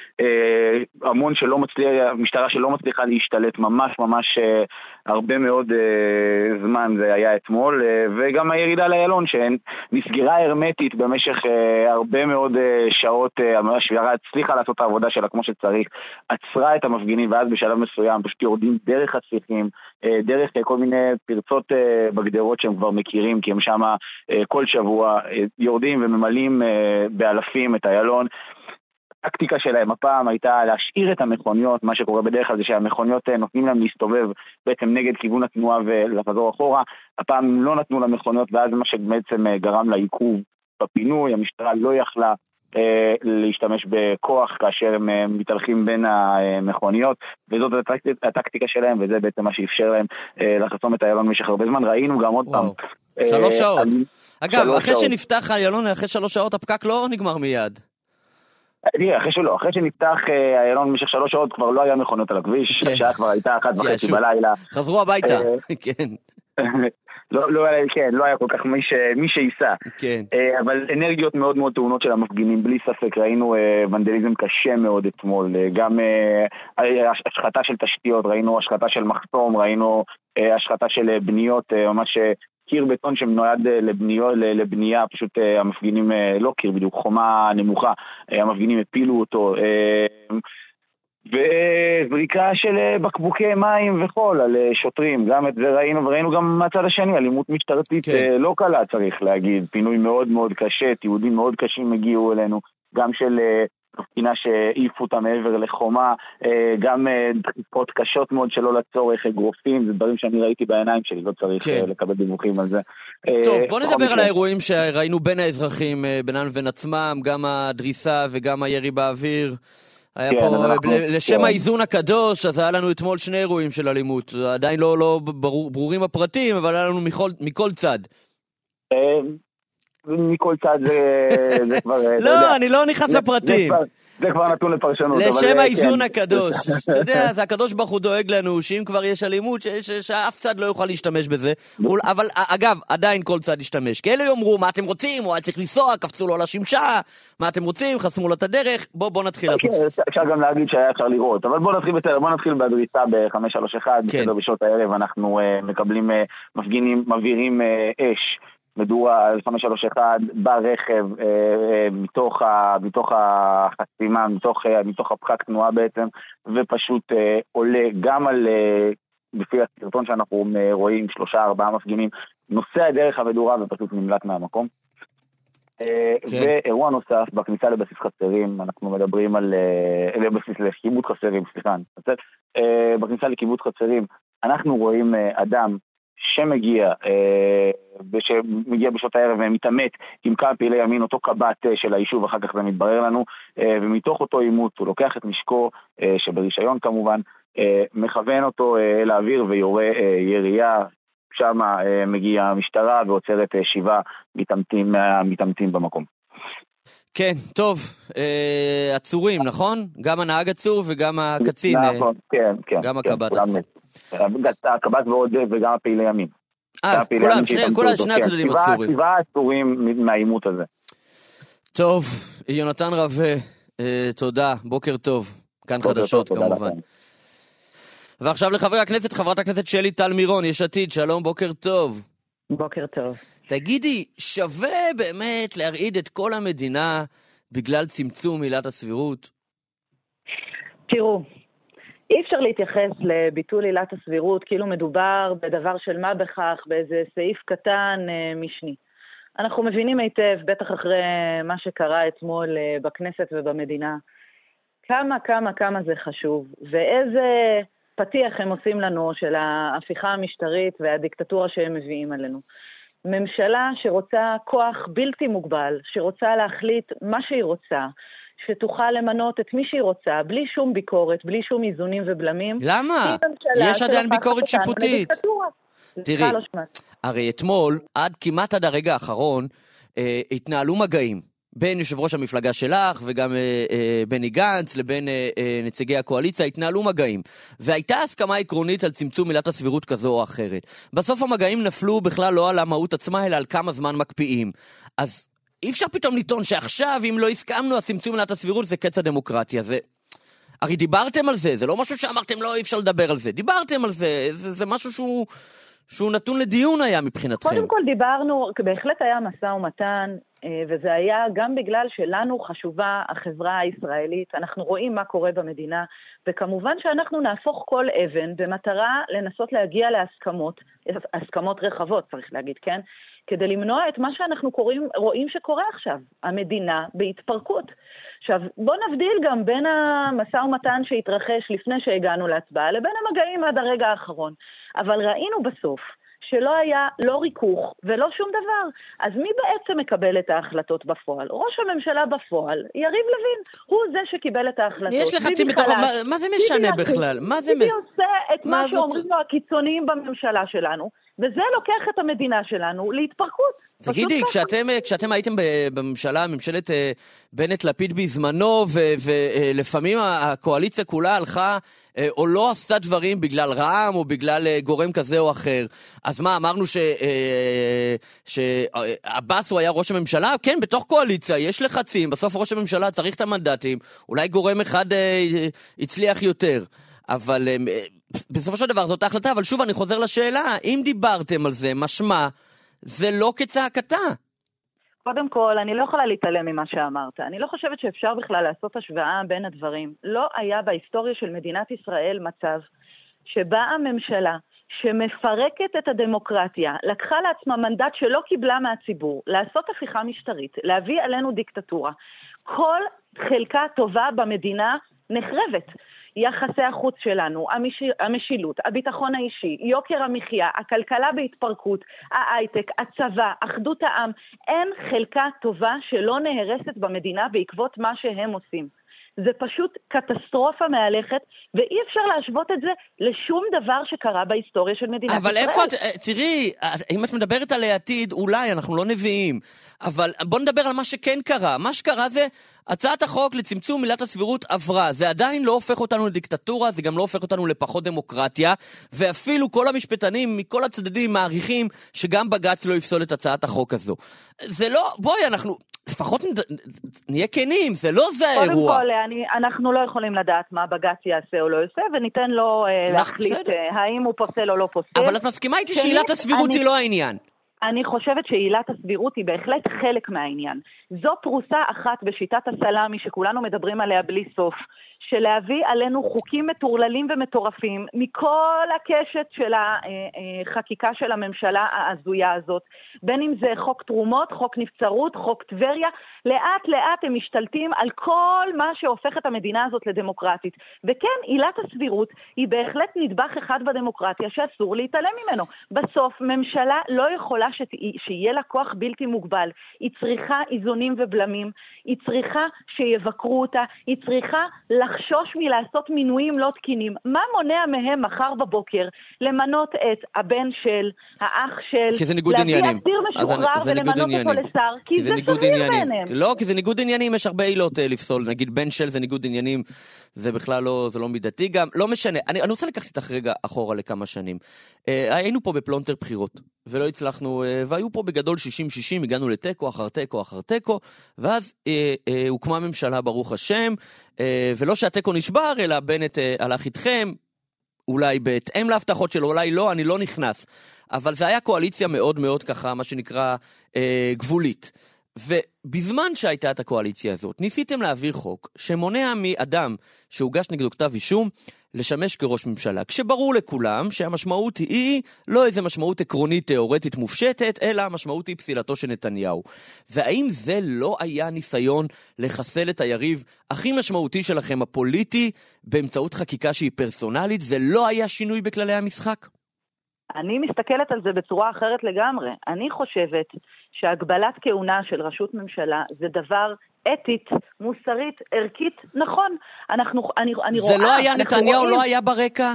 המון שלא מצליח, משטרה שלא מצליחה להשתלט ממש ממש הרבה מאוד זמן זה היה אתמול, וגם הירידה לאיילון שנסגרה הרמטית במשך הרבה מאוד שעות, המשטרה הצליחה לעשות את העבודה שלה כמו שצריך, עצרה את המפגינים ואז בשלב מסוים פשוט יורדים דרך השיחים, דרך כל מיני פרצות בגדרות שהם כבר מכירים, כי הם שם כל שבוע יורדים וממלאים באלפים את איילון. הטקטיקה שלהם הפעם הייתה להשאיר את המכוניות, מה שקורה בדרך כלל זה שהמכוניות נותנים להם להסתובב בעצם נגד כיוון התנועה ולחזור אחורה, הפעם לא נתנו למכוניות ואז מה שבעצם גרם לעיכוב בפינוי, המשטרה לא יכלה להשתמש בכוח כאשר הם מתהלכים בין המכוניות, וזאת הטקטיקה שלהם, וזה בעצם מה שאפשר להם לחסום את איילון במשך הרבה זמן. ראינו גם עוד פעם שלוש שעות. אגב, אחרי שנפתח איילון, אחרי שלוש שעות הפקק לא נגמר מיד. תראה, אחרי שלא, אחרי שנפתח איילון במשך שלוש שעות כבר לא היה מכוניות על הכביש, השעה כבר הייתה אחת וחצי בלילה. חזרו הביתה, כן. לא, לא, כן, לא היה כל כך מי, ש, מי שייסע. כן. אבל אנרגיות מאוד מאוד טעונות של המפגינים, בלי ספק, ראינו ונדליזם קשה מאוד אתמול, גם השחתה של תשתיות, ראינו השחתה של מחסום, ראינו השחתה של בניות, ממש קיר בטון שמנועד לבניות, לבנייה, פשוט המפגינים, לא קיר בדיוק, חומה נמוכה, המפגינים הפילו אותו, וזריקה של בקבוקי מים וחול על שוטרים, גם את זה ראינו, וראינו גם מהצד השני, אלימות משטרתית כן. לא קלה צריך להגיד, פינוי מאוד מאוד קשה, תיעודים מאוד קשים הגיעו אלינו, גם של תפקינה שהעיפו אותה מעבר לחומה, גם דחיפות קשות מאוד שלא לצורך, אגרופים, זה דברים שאני ראיתי בעיניים שלי, לא צריך כן. לקבל דיווחים על זה. טוב, בוא נדבר על האירועים שראינו בין האזרחים, בינם ובין עצמם, גם הדריסה וגם הירי באוויר. היה כן, פה, אנחנו, לשם כן. האיזון הקדוש, אז היה לנו אתמול שני אירועים של אלימות, עדיין לא, לא ברור, ברורים הפרטים, אבל היה לנו מכל, מכל צד. מכל צד זה, זה כבר... לא, אני לא נכנס לפרטים. זה, זה כבר נתון לפרשנות. לשם האיזון כן. הקדוש. אתה יודע, זה הקדוש ברוך הוא דואג לנו, שאם כבר יש אלימות, ש, ש, שאף צד לא יוכל להשתמש בזה. אבל אגב, עדיין כל צד ישתמש. כי אלה יאמרו, מה אתם רוצים? הוא היה צריך לנסוע, קפצו לו לשמשה. מה אתם רוצים? חסמו לו את הדרך. בוא, בוא נתחיל. אפשר גם להגיד שהיה אפשר לראות. אבל בוא נתחיל בסדר. בוא נתחיל בדריסה ב-חמש שלוש אחת. בסדר בשעות הערב אנחנו מקבלים, מפגינים, מבהירים אש. מדורה על חמש שלוש אחת ברכב אה, אה, מתוך, ה, מתוך החסימה, מתוך, אה, מתוך הפחק תנועה בעצם, ופשוט אה, עולה גם על, אה, לפי הסרטון שאנחנו אה, רואים, שלושה ארבעה מפגינים, נוסע דרך המדורה ופשוט נמלט מהמקום. אה, כן. ואירוע נוסף, בכניסה לבסיס חסרים, אנחנו מדברים על, אה, לבסיס לקיבוץ חסרים, סליחה, אה, בכניסה לקיבוץ חסרים, אנחנו רואים אה, אדם, שמגיע, שמגיע בשעות הערב ומתאמת עם כמה פעילי ימין, אותו קב"ט של היישוב, אחר כך זה מתברר לנו, ומתוך אותו אימות הוא לוקח את משקו, שברישיון כמובן, מכוון אותו לאוויר ויורה ירייה, שם מגיע המשטרה ועוצרת שבעה מתאמתים, מתאמתים במקום. כן, טוב, עצורים, נכון? גם הנהג עצור וגם הקצין. נכון, כן, כן. גם הקב"ט עצור. הקב"ט ועוד וגם הפעילי ימין. אה, כולם, שני הצדדים עצורים. שבעה עצורים מהאימות הזה. טוב, יונתן רווה, תודה, בוקר טוב. כאן חדשות כמובן. ועכשיו לחבר הכנסת, חברת הכנסת שלי טל מירון, יש עתיד, שלום, בוקר טוב. בוקר טוב. תגידי, שווה באמת להרעיד את כל המדינה בגלל צמצום עילת הסבירות? תראו, אי אפשר להתייחס לביטול עילת הסבירות כאילו מדובר בדבר של מה בכך, באיזה סעיף קטן משני. אנחנו מבינים היטב, בטח אחרי מה שקרה אתמול בכנסת ובמדינה, כמה, כמה, כמה זה חשוב, ואיזה פתיח הם עושים לנו של ההפיכה המשטרית והדיקטטורה שהם מביאים עלינו. ממשלה שרוצה כוח בלתי מוגבל, שרוצה להחליט מה שהיא רוצה, שתוכל למנות את מי שהיא רוצה, בלי שום ביקורת, בלי שום איזונים ובלמים. למה? יש עדיין ביקורת שיפוטית. תראי, הרי אתמול, עד כמעט עד הרגע האחרון, אה, התנהלו מגעים בין יושב ראש המפלגה שלך וגם אה, אה, בני גנץ לבין אה, אה, נציגי הקואליציה, התנהלו מגעים. והייתה הסכמה עקרונית על צמצום עילת הסבירות כזו או אחרת. בסוף המגעים נפלו בכלל לא על המהות עצמה, אלא על כמה זמן מקפיאים. אז אי אפשר פתאום לטעון שעכשיו, אם לא הסכמנו, הצמצום עילת הסבירות זה קץ הדמוקרטיה. זה... הרי דיברתם על זה, זה לא משהו שאמרתם לא, אי אפשר לדבר על זה. דיברתם על זה, זה, זה משהו שהוא... שהוא נתון לדיון היה מבחינתכם. קודם כל דיברנו, בהחלט היה משא ומתן, וזה היה גם בגלל שלנו חשובה החברה הישראלית, אנחנו רואים מה קורה במדינה, וכמובן שאנחנו נהפוך כל אבן במטרה לנסות להגיע להסכמות, הסכמות רחבות צריך להגיד, כן? כדי למנוע את מה שאנחנו קוראים, רואים שקורה עכשיו, המדינה בהתפרקות. עכשיו, בוא נבדיל גם בין המשא ומתן שהתרחש לפני שהגענו להצבעה, לבין המגעים עד הרגע האחרון. אבל ראינו בסוף שלא היה לא ריכוך ולא שום דבר. אז מי בעצם מקבל את ההחלטות בפועל? ראש הממשלה בפועל, יריב לוין, הוא זה שקיבל את ההחלטות. יש לחצים בתוך... מה, מה זה משנה בכלל? מה זה ביבי עושה את מה שאומרים לו הקיצוניים בממשלה שלנו, וזה לוקח את המדינה שלנו להתפרקות. תגידי, כשאתם, כשאתם הייתם בממשלה, ממשלת בנט לפיד בזמנו, ולפעמים הקואליציה כולה הלכה או לא עשתה דברים בגלל רעם או בגלל גורם כזה או אחר, אז מה, אמרנו ש... שעבאס הוא היה ראש הממשלה? כן, בתוך קואליציה יש לחצים, בסוף ראש הממשלה צריך את המנדטים, אולי גורם אחד הצליח יותר, אבל בסופו של דבר זאת ההחלטה. אבל שוב אני חוזר לשאלה, אם דיברתם על זה, משמע, זה לא כצעקתה. קודם כל, אני לא יכולה להתעלם ממה שאמרת. אני לא חושבת שאפשר בכלל לעשות השוואה בין הדברים. לא היה בהיסטוריה של מדינת ישראל מצב שבה הממשלה שמפרקת את הדמוקרטיה, לקחה לעצמה מנדט שלא קיבלה מהציבור, לעשות הפיכה משטרית, להביא עלינו דיקטטורה. כל חלקה טובה במדינה נחרבת. יחסי החוץ שלנו, המש... המשילות, הביטחון האישי, יוקר המחיה, הכלכלה בהתפרקות, ההייטק, הצבא, אחדות העם, אין חלקה טובה שלא נהרסת במדינה בעקבות מה שהם עושים. זה פשוט קטסטרופה מהלכת, ואי אפשר להשוות את זה לשום דבר שקרה בהיסטוריה של מדינת אבל ישראל. אבל איפה את, תראי, אם את מדברת על העתיד, אולי, אנחנו לא נביאים, אבל בוא נדבר על מה שכן קרה. מה שקרה זה, הצעת החוק לצמצום עילת הסבירות עברה. זה עדיין לא הופך אותנו לדיקטטורה, זה גם לא הופך אותנו לפחות דמוקרטיה, ואפילו כל המשפטנים מכל הצדדים מעריכים שגם בג"ץ לא יפסול את הצעת החוק הזו. זה לא, בואי, אנחנו... לפחות נהיה כנים, זה לא זה האירוע. קודם כל, אני, אנחנו לא יכולים לדעת מה בג"ץ יעשה או לא יעשה, וניתן לו uh, להחליט uh, האם הוא פוסל או לא פוסל. אבל את מסכימה איתי שעילת הסבירות אני, היא לא העניין. אני חושבת שעילת הסבירות היא בהחלט חלק מהעניין. זו פרוסה אחת בשיטת הסלאמי שכולנו מדברים עליה בלי סוף, שלהביא עלינו חוקים מטורללים ומטורפים מכל הקשת של החקיקה של הממשלה ההזויה הזאת, בין אם זה חוק תרומות, חוק נבצרות, חוק טבריה, לאט לאט הם משתלטים על כל מה שהופך את המדינה הזאת לדמוקרטית. וכן, עילת הסבירות היא בהחלט נדבך אחד בדמוקרטיה שאסור להתעלם ממנו. בסוף, ממשלה לא יכולה שיהיה לה כוח בלתי מוגבל. היא צריכה איזונים ובלמים, היא צריכה שיבקרו אותה, היא צריכה לחשוש מלעשות מינויים לא תקינים. מה מונע מהם מחר בבוקר למנות את הבן של, האח של, כי זה ניגוד עניינים. להביא אסיר משוחרר ולמנות אותו לשר, כי זה סביר בעיניהם. לא, כי זה ניגוד עניינים, יש הרבה עילות לפסול. נגיד בן של זה ניגוד עניינים, זה בכלל לא, זה לא מידתי גם, לא משנה. אני, אני רוצה לקחת איתך רגע אחורה לכמה שנים. אה, היינו פה בפלונטר בחירות, ולא הצלחנו, אה, והיו פה בגדול שישים שישים, הגענו לטקו, אחר טקו, אחר טקו, ואז אה, אה, הוקמה ממשלה ברוך השם, אה, ולא שהטקו נשבר, אלא בנט אה, הלך איתכם, אולי בהתאם להבטחות שלו, אולי לא, אני לא נכנס. אבל זה היה קואליציה מאוד מאוד ככה, מה שנקרא, אה, גבולית. ובזמן שהייתה את הקואליציה הזאת, ניסיתם להעביר חוק שמונע מאדם שהוגש נגדו כתב אישום, לשמש כראש ממשלה. כשברור לכולם שהמשמעות היא לא איזה משמעות עקרונית תיאורטית מופשטת, אלא המשמעות היא פסילתו של נתניהו. והאם זה לא היה ניסיון לחסל את היריב הכי משמעותי שלכם, הפוליטי, באמצעות חקיקה שהיא פרסונלית? זה לא היה שינוי בכללי המשחק? אני מסתכלת על זה בצורה אחרת לגמרי. אני חושבת שהגבלת כהונה של רשות ממשלה זה דבר אתית, מוסרית, ערכית, נכון. אנחנו, אני, אני זה רואה... לא היה, נתניהו רואים... לא היה ברקע?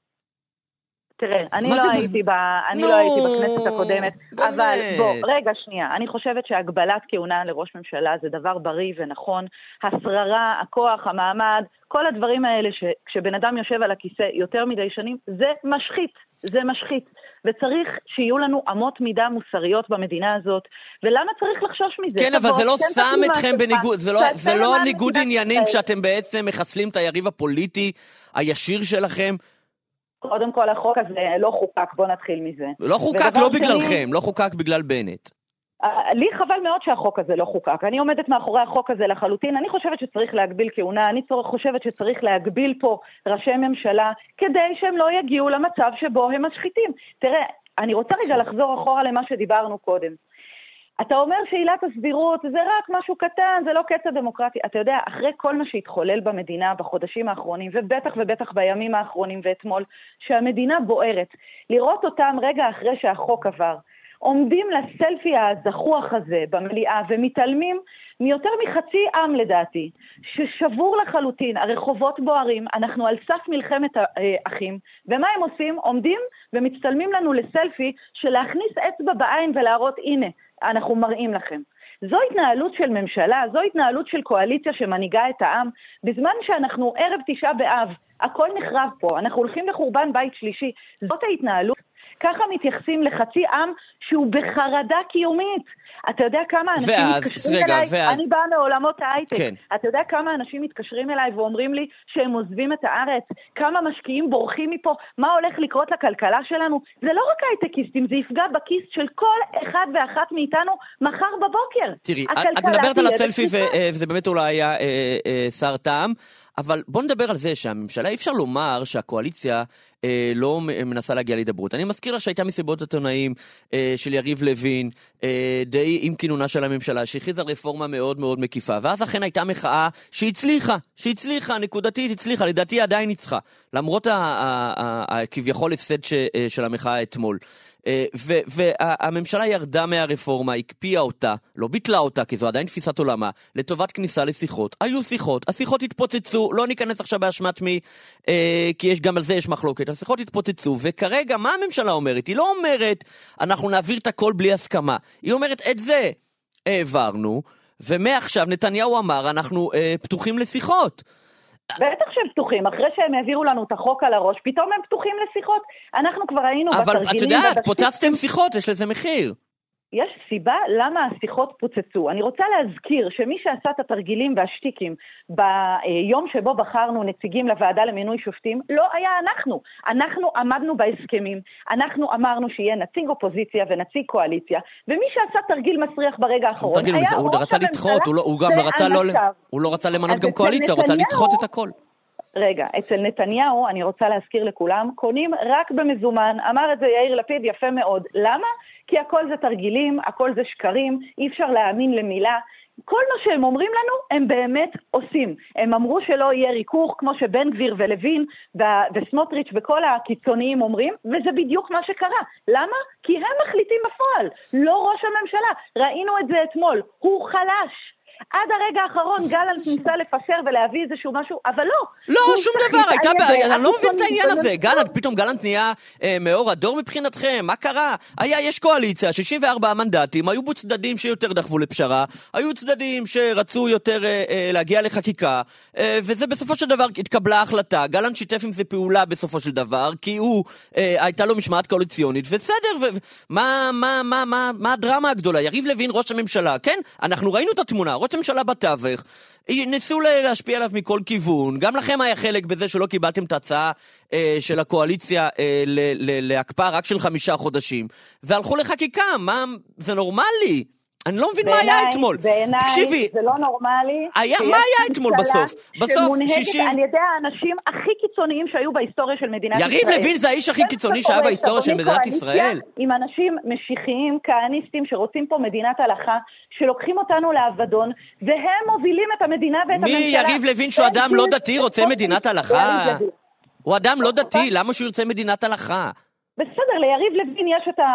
תראה, אני, לא הייתי, ב... אני no, לא הייתי בכנסת הקודמת, באמת. אבל בוא, רגע שנייה, אני חושבת שהגבלת כהונה לראש ממשלה זה דבר בריא ונכון, השררה, הכוח, המעמד, כל הדברים האלה שכשבן אדם יושב על הכיסא יותר מדי שנים, זה משחית, זה משחית, וצריך שיהיו לנו אמות מידה מוסריות במדינה הזאת, ולמה צריך לחשוש מזה? כן, אבל זה לא שם אתכם בניגוד, זה לא, זה לא ניגוד עניינים כשאתם בעצם מחסלים את היריב הפוליטי הישיר שלכם? קודם כל החוק הזה לא חוקק, בוא נתחיל מזה. לא חוקק לא בגללכם, לא חוקק בגלל בנט. לי חבל מאוד שהחוק הזה לא חוקק. אני עומדת מאחורי החוק הזה לחלוטין. אני חושבת שצריך להגביל כהונה, אני חושבת שצריך להגביל פה ראשי ממשלה, כדי שהם לא יגיעו למצב שבו הם משחיתים. תראה, אני רוצה רגע לחזור אחורה למה שדיברנו קודם. אתה אומר שעילת הסבירות זה רק משהו קטן, זה לא קץ הדמוקרטי. אתה יודע, אחרי כל מה שהתחולל במדינה בחודשים האחרונים, ובטח ובטח בימים האחרונים ואתמול, שהמדינה בוערת, לראות אותם רגע אחרי שהחוק עבר, עומדים לסלפי הזחוח הזה במליאה, ומתעלמים מיותר מחצי עם לדעתי, ששבור לחלוטין, הרחובות בוערים, אנחנו על סף מלחמת אחים, ומה הם עושים? עומדים ומצטלמים לנו לסלפי של להכניס אצבע בעין ולהראות, הנה, אנחנו מראים לכם. זו התנהלות של ממשלה, זו התנהלות של קואליציה שמנהיגה את העם, בזמן שאנחנו ערב תשעה באב, הכל נחרב פה, אנחנו הולכים לחורבן בית שלישי, זאת ההתנהלות. ככה מתייחסים לחצי עם שהוא בחרדה קיומית. אתה יודע כמה אנשים ואז, מתקשרים רגע, אליי, ואז... אני באה מעולמות ההייטק, כן. אתה יודע כמה אנשים מתקשרים אליי ואומרים לי שהם עוזבים את הארץ, כמה משקיעים בורחים מפה, מה הולך לקרות לכלכלה שלנו? זה לא רק הייטקיסטים, זה יפגע בכיס של כל אחד ואחת מאיתנו מחר בבוקר. תראי, את מדברת על הסלפי ו- וזה באמת אולי היה אה, אה, שר טעם, אבל בוא נדבר על זה שהממשלה, אי אפשר לומר שהקואליציה אה, לא מנסה להגיע להידברות. אני מזכיר לה שהייתה מסיבות עיתונאים אה, של יריב לוין, אה, די עם כינונה של הממשלה, שהכריזה רפורמה מאוד מאוד מקיפה, ואז אכן הייתה מחאה שהצליחה, שהצליחה, נקודתית הצליחה, לדעתי עדיין ניצחה, למרות הכביכול הפסד ש, של המחאה אתמול. והממשלה ירדה מהרפורמה, הקפיאה אותה, לא ביטלה אותה, כי זו עדיין תפיסת עולמה, לטובת כניסה לשיחות. היו שיחות, השיחות התפוצצו, לא ניכנס עכשיו באשמת מי, כי יש גם על זה יש מחלוקת, השיחות התפוצצו, וכרגע מה הממשלה אומרת? היא לא אומרת, אנחנו נעביר את הכל בלי הסכמה. היא אומרת, את זה העברנו, ומעכשיו נתניהו אמר, אנחנו פתוחים לשיחות. בטח שהם פתוחים, אחרי שהם העבירו לנו את החוק על הראש, פתאום הם פתוחים לשיחות. אנחנו כבר היינו בתרגילים... אבל את יודעת, פוצצתם שיחות, יש לזה מחיר. יש סיבה למה השיחות פוצצו. אני רוצה להזכיר שמי שעשה את התרגילים והשטיקים ביום שבו בחרנו נציגים לוועדה למינוי שופטים, לא היה אנחנו. אנחנו עמדנו בהסכמים, אנחנו אמרנו שיהיה נציג אופוזיציה ונציג קואליציה, ומי שעשה תרגיל מסריח ברגע האחרון היה ראש הממשלה. הוא רצה לדחות, הוא גם לא רצה למנות גם קואליציה, הוא רצה לדחות את הכל. רגע, אצל נתניהו, אני רוצה להזכיר לכולם, קונים רק במזומן, אמר את זה יאיר לפיד יפה מאוד. למה? כי הכל זה תרגילים, הכל זה שקרים, אי אפשר להאמין למילה. כל מה שהם אומרים לנו, הם באמת עושים. הם אמרו שלא יהיה ריכוך, כמו שבן גביר ולוין וסמוטריץ' וכל הקיצוניים אומרים, וזה בדיוק מה שקרה. למה? כי הם מחליטים בפועל, לא ראש הממשלה. ראינו את זה אתמול, הוא חלש. עד הרגע האחרון גלנט ניסה לפשר ולהביא איזשהו משהו, אבל לא. לא, שום דבר, הייתה בעיה, אני לא מבין את העניין הזה. גלנט, פתאום גלנט נהיה מאור הדור מבחינתכם, מה קרה? היה, יש קואליציה, שישים וארבעה מנדטים, היו בו צדדים שיותר דחפו לפשרה, היו צדדים שרצו יותר להגיע לחקיקה, וזה בסופו של דבר התקבלה החלטה, גלנט שיתף עם זה פעולה בסופו של דבר, כי הוא, הייתה לו משמעת קואליציונית, וסדר, מה, מה, מה, מה, מה הדרמה הגדולה? יריב לוין ראש הממשלה, כן? אנחנו ראינו את התמונה, ראש הממשלה בתווך, ניסו להשפיע עליו מכל כיוון, גם לכם היה חלק בזה שלא קיבלתם את ההצעה אה, של הקואליציה אה, להקפאה רק של חמישה חודשים, והלכו לחקיקה, מה, זה נורמלי? אני לא מבין מה היה אתמול. בעיניי זה לא נורמלי. מה היה אתמול בסוף? בסוף שישים... על ידי האנשים הכי קיצוניים שהיו בהיסטוריה של מדינת ישראל. יריב לוין זה האיש הכי קיצוני שהיה בהיסטוריה של מדינת ישראל? עם אנשים משיחיים, כהניסטים, שרוצים פה מדינת הלכה, שלוקחים אותנו לעבדון, והם מובילים את המדינה ואת הממשלה. מי יריב לוין שהוא אדם לא דתי רוצה מדינת הלכה? הוא אדם לא דתי, למה שהוא ירצה מדינת הלכה? בסדר, ליריב לוין יש את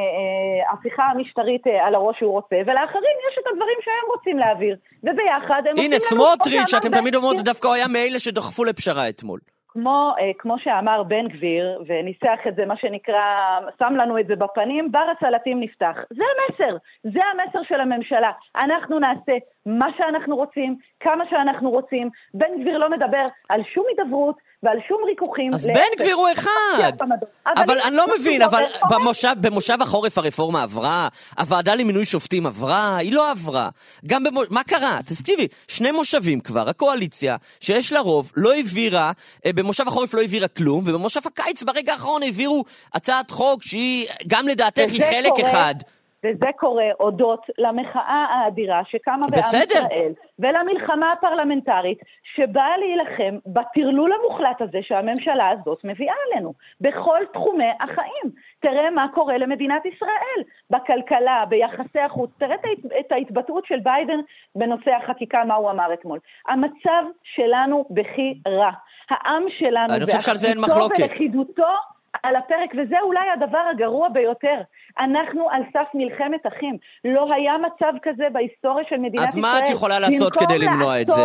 ההפיכה המשטרית על הראש שהוא רוצה, ולאחרים יש את הדברים שהם רוצים להעביר, וביחד הם... הנה, סמוטריץ' שאתם תמיד אומרות, דווקא הוא היה מאלה שדחפו לפשרה אתמול. כמו, כמו שאמר בן גביר, וניסח את זה, מה שנקרא, שם לנו את זה בפנים, בר הסלטים נפתח. זה המסר, זה המסר של הממשלה. אנחנו נעשה מה שאנחנו רוצים, כמה שאנחנו רוצים. בן גביר לא מדבר על שום הידברות, ועל שום ריכוחים. אז בן גביר הוא אחד. אבל אני לא מבין, אבל במושב החורף הרפורמה עברה, הוועדה למינוי שופטים עברה, היא לא עברה. גם מה קרה? תסתיבי, שני מושבים כבר, הקואליציה, שיש לה רוב, לא העבירה, במושב החורף לא העבירה כלום, ובמושב הקיץ ברגע האחרון העבירו הצעת חוק שהיא גם לדעתך היא חלק אחד. וזה קורה הודות למחאה האדירה שקמה בעם ישראל, ולמלחמה הפרלמנטרית שבאה להילחם בטרלול המוחלט הזה שהממשלה הזאת מביאה עלינו, בכל תחומי החיים. תראה מה קורה למדינת ישראל, בכלכלה, ביחסי החוץ, תראה את ההתבטאות של ביידן בנושא החקיקה, מה הוא אמר אתמול. המצב שלנו בכי רע. העם שלנו, אני חושב שעל זה אין מחלוקת. ולכידותו, על הפרק, וזה אולי הדבר הגרוע ביותר. אנחנו על סף מלחמת אחים. לא היה מצב כזה בהיסטוריה של מדינת ישראל. אז מה את יכולה לעשות כדי למנוע את זה?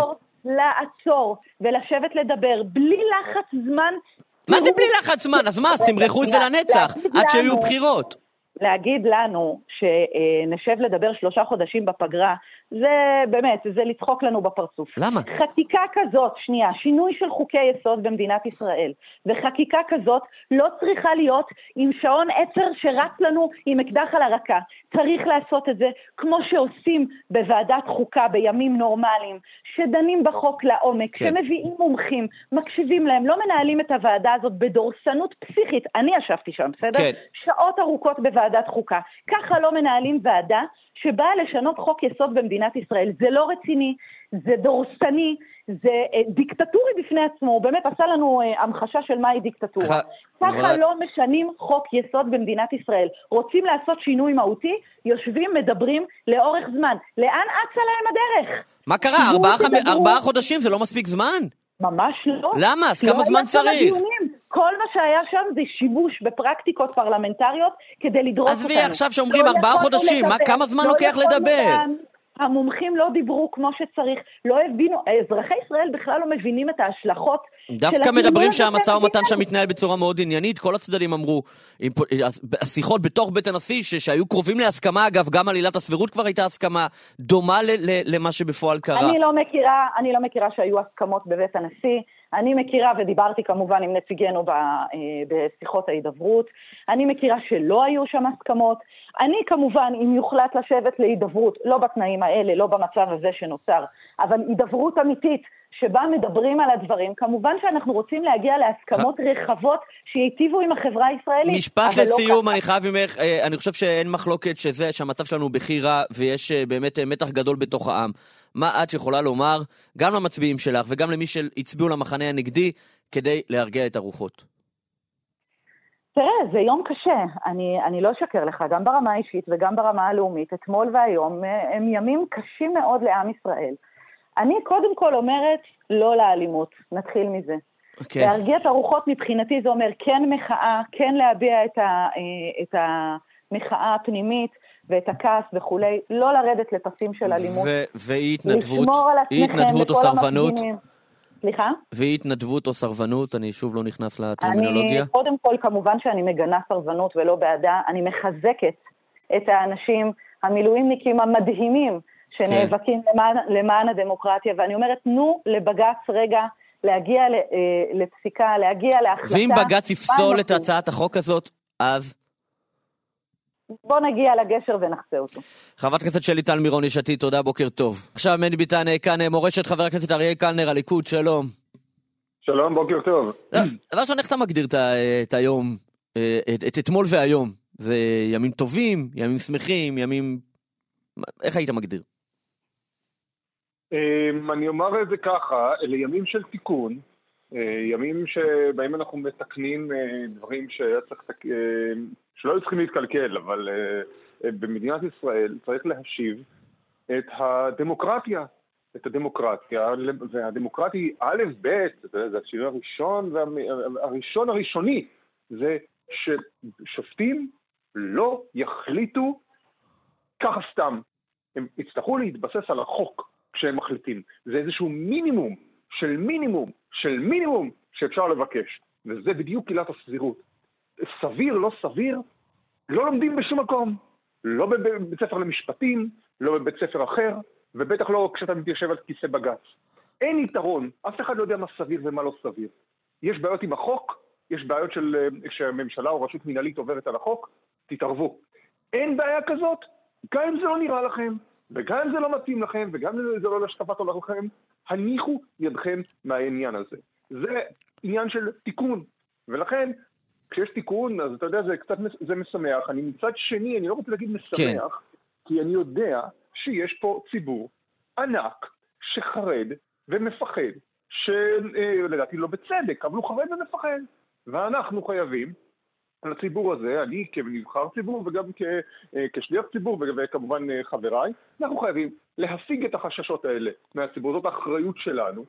לעצור ולשבת לדבר בלי לחץ זמן. מה זה בלי לחץ זמן? אז מה? תמרחו את זה לנצח עד שיהיו בחירות. להגיד לנו שנשב לדבר שלושה חודשים בפגרה, זה באמת, זה לצחוק לנו בפרצוף. למה? חקיקה כזאת, שנייה, שינוי של חוקי יסוד במדינת ישראל, וחקיקה כזאת לא צריכה להיות עם שעון עצר שרץ לנו עם אקדח על הרקה. צריך לעשות את זה כמו שעושים בוועדת חוקה בימים נורמליים, שדנים בחוק לעומק, כן. שמביאים מומחים, מקשיבים להם, לא מנהלים את הוועדה הזאת בדורסנות פסיכית. אני ישבתי שם, בסדר? כן. שעות ארוכות בוועדת חוקה. ככה לא מנהלים ועדה שבאה לשנות חוק יסוד במדינת ישראל. זה לא רציני, זה דורסני, זה דיקטטורי בפני עצמו. הוא באמת עשה לנו המחשה של מהי דיקטטורה. ח... ככה לא משנים חוק יסוד במדינת ישראל. רוצים לעשות שינוי מהותי, יושבים, מדברים לאורך זמן. לאן אצה להם הדרך? מה קרה? ארבעה, חמ... ארבעה חודשים זה לא מספיק זמן? ממש לא. למה? אז כמה זמן צריך? כל מה שהיה שם זה שיבוש בפרקטיקות פרלמנטריות כדי לדרוס אותנו. אז וי עכשיו שאומרים ארבעה חודשים, מה, כמה זמן לוקח לדבר? המומחים לא דיברו כמו שצריך, לא הבינו, אזרחי ישראל בכלל לא מבינים את ההשלכות. דווקא מדברים שהמשא ומתן שם מתנהל בצורה מאוד עניינית, כל הצדדים אמרו, השיחות בתוך בית הנשיא, שהיו קרובים להסכמה, אגב, גם על עילת הסבירות כבר הייתה הסכמה, דומה למה שבפועל קרה. אני לא מכירה, אני לא מכירה שהיו הסכמות בבית הנשיא, אני מכירה ודיברתי כמובן עם נציגנו בשיחות ההידברות, אני מכירה שלא היו שם הסכמות, אני כמובן אם יוחלט לשבת להידברות, לא בתנאים האלה, לא במצב הזה שנוצר, אבל הידברות אמיתית שבה מדברים על הדברים, כמובן שאנחנו רוצים להגיע להסכמות רחבות שיטיבו עם החברה הישראלית. משפט לסיום, לא אני חייב ממך, אני חושב שאין מחלוקת שזה, שהמצב שלנו בכי רע ויש באמת מתח גדול בתוך העם. מה את יכולה לומר גם למצביעים שלך וגם למי שהצביעו למחנה הנגדי כדי להרגיע את הרוחות? תראה, זה יום קשה, אני, אני לא אשקר לך, גם ברמה האישית וגם ברמה הלאומית, אתמול והיום הם ימים קשים מאוד לעם ישראל. אני קודם כל אומרת לא לאלימות, נתחיל מזה. Okay. להרגיע את הרוחות מבחינתי זה אומר כן מחאה, כן להביע את, ה, את המחאה הפנימית ואת הכעס וכולי, לא לרדת לפסים של אלימות. והיא התנדבות, היא התנדבות או סרבנות? סליחה? והיא התנדבות או סרבנות? אני שוב לא נכנס לטרמינולוגיה. אני, קודם כל כמובן שאני מגנה סרבנות ולא בעדה, אני מחזקת את האנשים המילואימניקים המדהימים, שנאבקים כן. למען, למען הדמוקרטיה, ואני אומרת, תנו לבג"ץ רגע להגיע לפסיקה, להגיע להחלטה. ואם בג"ץ יפסול את הצעת החוק הזאת, אז? בוא נגיע לגשר ונחצה אותו. חברת הכנסת שלי טל מירון, יש עתיד, תודה, בוקר טוב. עכשיו מני ביטן, כאן מורשת חבר הכנסת אריאל קלנר, הליכוד, שלום. שלום, בוקר טוב. דבר ראשון, איך אתה מגדיר את היום, את אתמול והיום? זה ימים טובים, ימים שמחים, ימים... איך היית מגדיר? אני אומר את זה ככה, אלה ימים של תיקון, ימים שבהם אנחנו מתקנים דברים שלא היו צריכים להתקלקל, אבל במדינת ישראל צריך להשיב את הדמוקרטיה, את הדמוקרטיה, והדמוקרטיה היא א' ב', זה השינוי הראשון, והראשון הראשוני, זה ששופטים לא יחליטו ככה סתם, הם יצטרכו להתבסס על החוק כשהם מחליטים, זה איזשהו מינימום של מינימום של מינימום שאפשר לבקש, וזה בדיוק עילת הסבירות. סביר, לא סביר, לא לומדים בשום מקום, לא בבית ספר למשפטים, לא בבית ספר אחר, ובטח לא כשאתה מתיישב על כיסא בג"ץ. אין יתרון, אף אחד לא יודע מה סביר ומה לא סביר. יש בעיות עם החוק, יש בעיות של שהממשלה או רשות מנהלית עוברת על החוק, תתערבו. אין בעיה כזאת, גם אם זה לא נראה לכם, וגם אם זה לא מתאים לכם, וגם אם זה לא להשקפת עולמכם, הניחו ידכם מהעניין הזה. זה עניין של תיקון, ולכן כשיש תיקון, אז אתה יודע, זה קצת זה משמח. אני מצד שני, אני לא רוצה להגיד משמח, כן. כי אני יודע שיש פה ציבור ענק שחרד ומפחד, שלדעתי לא בצדק, אבל הוא חרד ומפחד. ואנחנו חייבים, על הציבור הזה, אני כנבחר ציבור וגם כשליח ציבור וכמובן חבריי, אנחנו חייבים להפיג את החששות האלה מהציבור, זאת האחריות שלנו,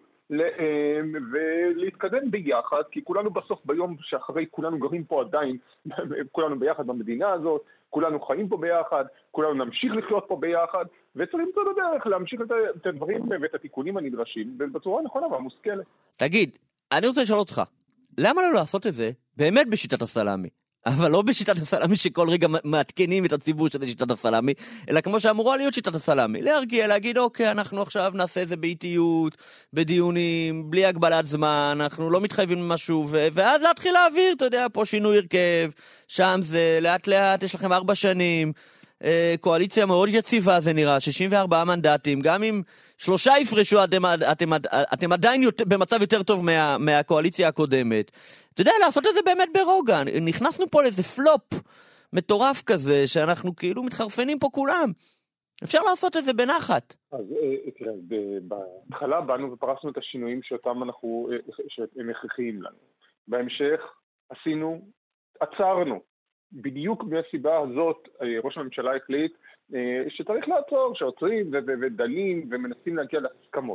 ולהתקדם ביחד, כי כולנו בסוף ביום שאחרי כולנו גרים פה עדיין, כולנו ביחד במדינה הזאת, כולנו חיים פה ביחד, כולנו נמשיך לחיות פה ביחד, וצריך למצוא בדרך להמשיך את הדברים ואת התיקונים הנדרשים בצורה נכונה והמושכלת. תגיד, אני רוצה לשאול אותך, למה לא לעשות את זה באמת בשיטת הסלאמי? אבל לא בשיטת הסלאמי שכל רגע מעדכנים את הציבור שזה שיטת הסלאמי, אלא כמו שאמורה להיות שיטת הסלאמי, להרגיע, להגיד אוקיי, אנחנו עכשיו נעשה זה באיטיות, בדיונים, בלי הגבלת זמן, אנחנו לא מתחייבים משהו, ו- ואז להתחיל להעביר, אתה יודע, פה שינוי הרכב, שם זה לאט לאט, יש לכם ארבע שנים, קואליציה מאוד יציבה זה נראה, שישים וארבעה מנדטים, גם אם שלושה יפרשו, אתם, אתם, אתם עדיין יותר, במצב יותר טוב מה, מהקואליציה הקודמת. אתה יודע, לעשות את זה באמת ברוגע. נכנסנו פה לאיזה פלופ מטורף כזה, שאנחנו כאילו מתחרפנים פה כולם. אפשר לעשות את זה בנחת. אז תראה, בהתחלה באנו ופרסנו את השינויים שאותם אנחנו, שהם הכרחיים לנו. בהמשך עשינו, עצרנו. בדיוק מהסיבה הזאת ראש הממשלה החליט שצריך לעצור, שעוצרים ודלים ומנסים להגיע להסכמות.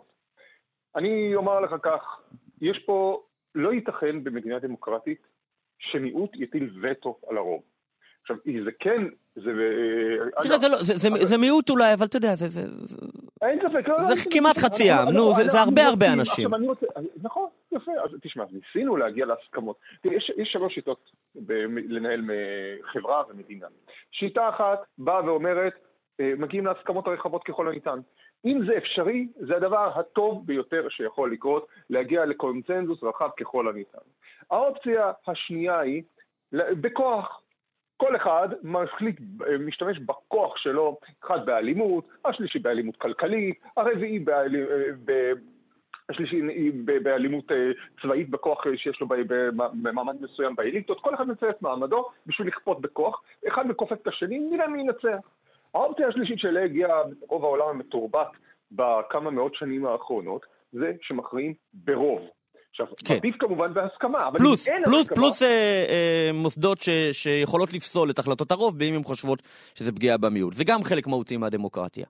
אני אומר לך כך, יש פה, לא ייתכן במדינה דמוקרטית שמיעוט יטיל וטו על הרוב. עכשיו, זה כן, זה... תראה, זה, לא, זה, זה, זה מיעוט אולי, אבל אתה יודע, זה... זה, זה... אין ספק, זה זה כמעט חצי עם, נו, זה, זה הרבה הרבה אנשים. עכשיו, אני רוצה, נכון, יפה, אז תשמע, ניסינו להגיע להסכמות. יש, יש שלוש שיטות לנהל חברה ומדינה. שיטה אחת באה ואומרת, מגיעים להסכמות הרחבות ככל הניתן. אם זה אפשרי, זה הדבר הטוב ביותר שיכול לקרות, להגיע לקונצנזוס רחב ככל הניתן. האופציה השנייה היא, בכוח, כל אחד מחליט, משתמש בכוח שלו, אחד באלימות, השלישי באלימות כלכלית, הרביעי באלימות, השלישי באלימות צבאית בכוח שיש לו במעמד מסוים באליטות, כל אחד מצא את מעמדו בשביל לכפות בכוח, אחד מכופף את השני, נראה מי ינצח. האופציה השלישית שלה הגיעה רוב העולם המתורבת בכמה מאות שנים האחרונות, זה שמכריעים ברוב. עכשיו, כן. עדיף כמובן בהסכמה, אבל פלוס, אין פלוס, הסכמה... פלוס אה, אה, מוסדות ש, שיכולות לפסול את החלטות הרוב, באם הן חושבות שזה פגיעה במיעוט. זה גם חלק מהותי מהדמוקרטיה.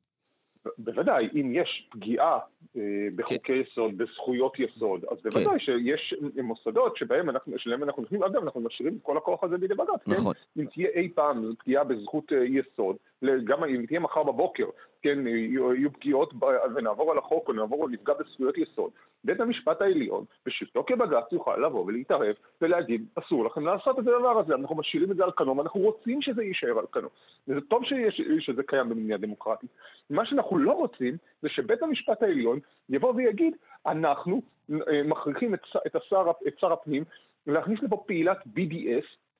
בוודאי, אם יש פגיעה אה, בחוקי כן. יסוד, בזכויות יסוד, אז בוודאי כן. שיש מוסדות שבהם אנחנו, שלהם אנחנו נותנים, אגב, אנחנו משאירים את כל הכוח הזה בידי בג"ץ. נכון. כן? אם תהיה אי פעם פגיעה בזכות יסוד, גם אם תהיה מחר בבוקר, כן, יהיו פגיעות ונעבור על החוק או נעבור על נפגע בזכויות יסוד, בית המשפט העליון, בשבתו כבג"ץ יוכל לבוא ולהתערב ולהגיד, אסור לכם לעשות את הדבר הזה, אנחנו משאירים את זה על כנו, ואנחנו רוצים שזה יישאר על כנו. וזה טוב שיש, שזה קיים במדינה דמוקרטית. מה שאנחנו לא רוצים, זה שבית המשפט העליון יבוא ויגיד, אנחנו מכריחים את, את, השר, את שר הפנים להכניס לפה פעילת בי די אס,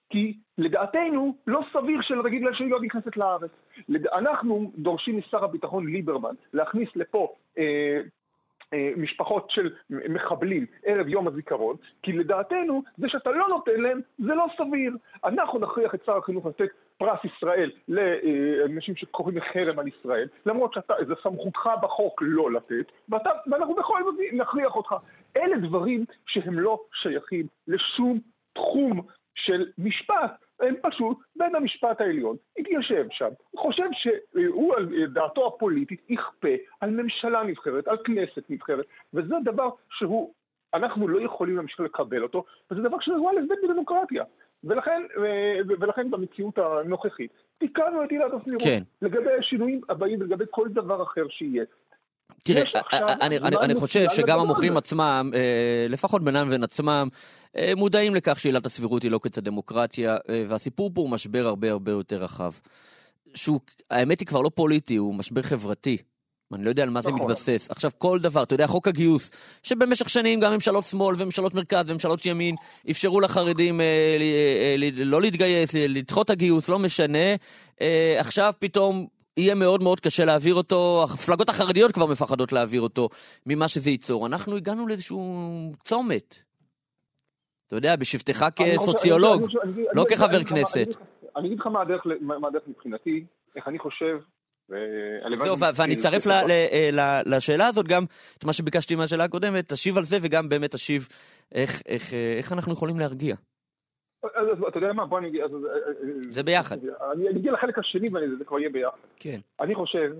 כי לדעתנו לא סביר שלרגיל שהיא לא נכנסת לארץ. אנחנו דורשים משר הביטחון ליברמן להכניס לפה אה, אה, משפחות של מחבלים ערב יום הזיכרון, כי לדעתנו זה שאתה לא נותן להם זה לא סביר. אנחנו נכריח את שר החינוך לתת פרס ישראל לאנשים שקוראים לחרם על ישראל, למרות שזה סמכותך בחוק לא לתת, ואתה, ואנחנו בכל זאת נכריח אותך. אלה דברים שהם לא שייכים לשום תחום של משפט, הם פשוט בין המשפט העליון התיישב שם, הוא חושב שהוא על דעתו הפוליטית יכפה על ממשלה נבחרת, על כנסת נבחרת, וזה דבר שהוא, אנחנו לא יכולים להמשיך לקבל אותו, וזה דבר שהוא אלף בית בדמוקרטיה. ולכן, ולכן במציאות הנוכחית תיקנו את עילת הסבירות כן. לגבי השינויים הבאים ולגבי כל דבר אחר שיהיה. תראה, אני, אני, אני חושב שגם המוכרים עצמם, לפחות בינם ובין עצמם, מודעים לכך שעילת הסבירות היא לא קץ הדמוקרטיה, והסיפור פה הוא משבר הרבה הרבה יותר רחב. שהוא, האמת היא כבר לא פוליטי, הוא משבר חברתי. אני לא יודע על מה זה מתבסס. עכשיו כל דבר, אתה יודע, חוק הגיוס, שבמשך שנים גם ממשלות שמאל וממשלות מרכז וממשלות ימין אפשרו לחרדים אה, אה, לא להתגייס, לדחות הגיוס, לא משנה. אה, עכשיו פתאום יהיה מאוד מאוד קשה להעביר אותו, המפלגות החרדיות כבר מפחדות להעביר אותו ממה שזה ייצור. אנחנו הגענו לאיזשהו צומת. אתה יודע, בשבתך כסוציולוג, לא כחבר כנסת. אני אגיד לך מה הדרך מבחינתי, איך אני חושב, זהו, ואני אצרף לשאלה הזאת גם את מה שביקשתי מהשאלה הקודמת, תשיב על זה וגם באמת תשיב איך אנחנו יכולים להרגיע. אז אתה יודע מה, בוא אני אגיד, זה ביחד. אני אגיע לחלק השני וזה כבר יהיה ביחד. כן. אני חושב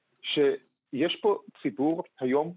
שיש פה ציבור היום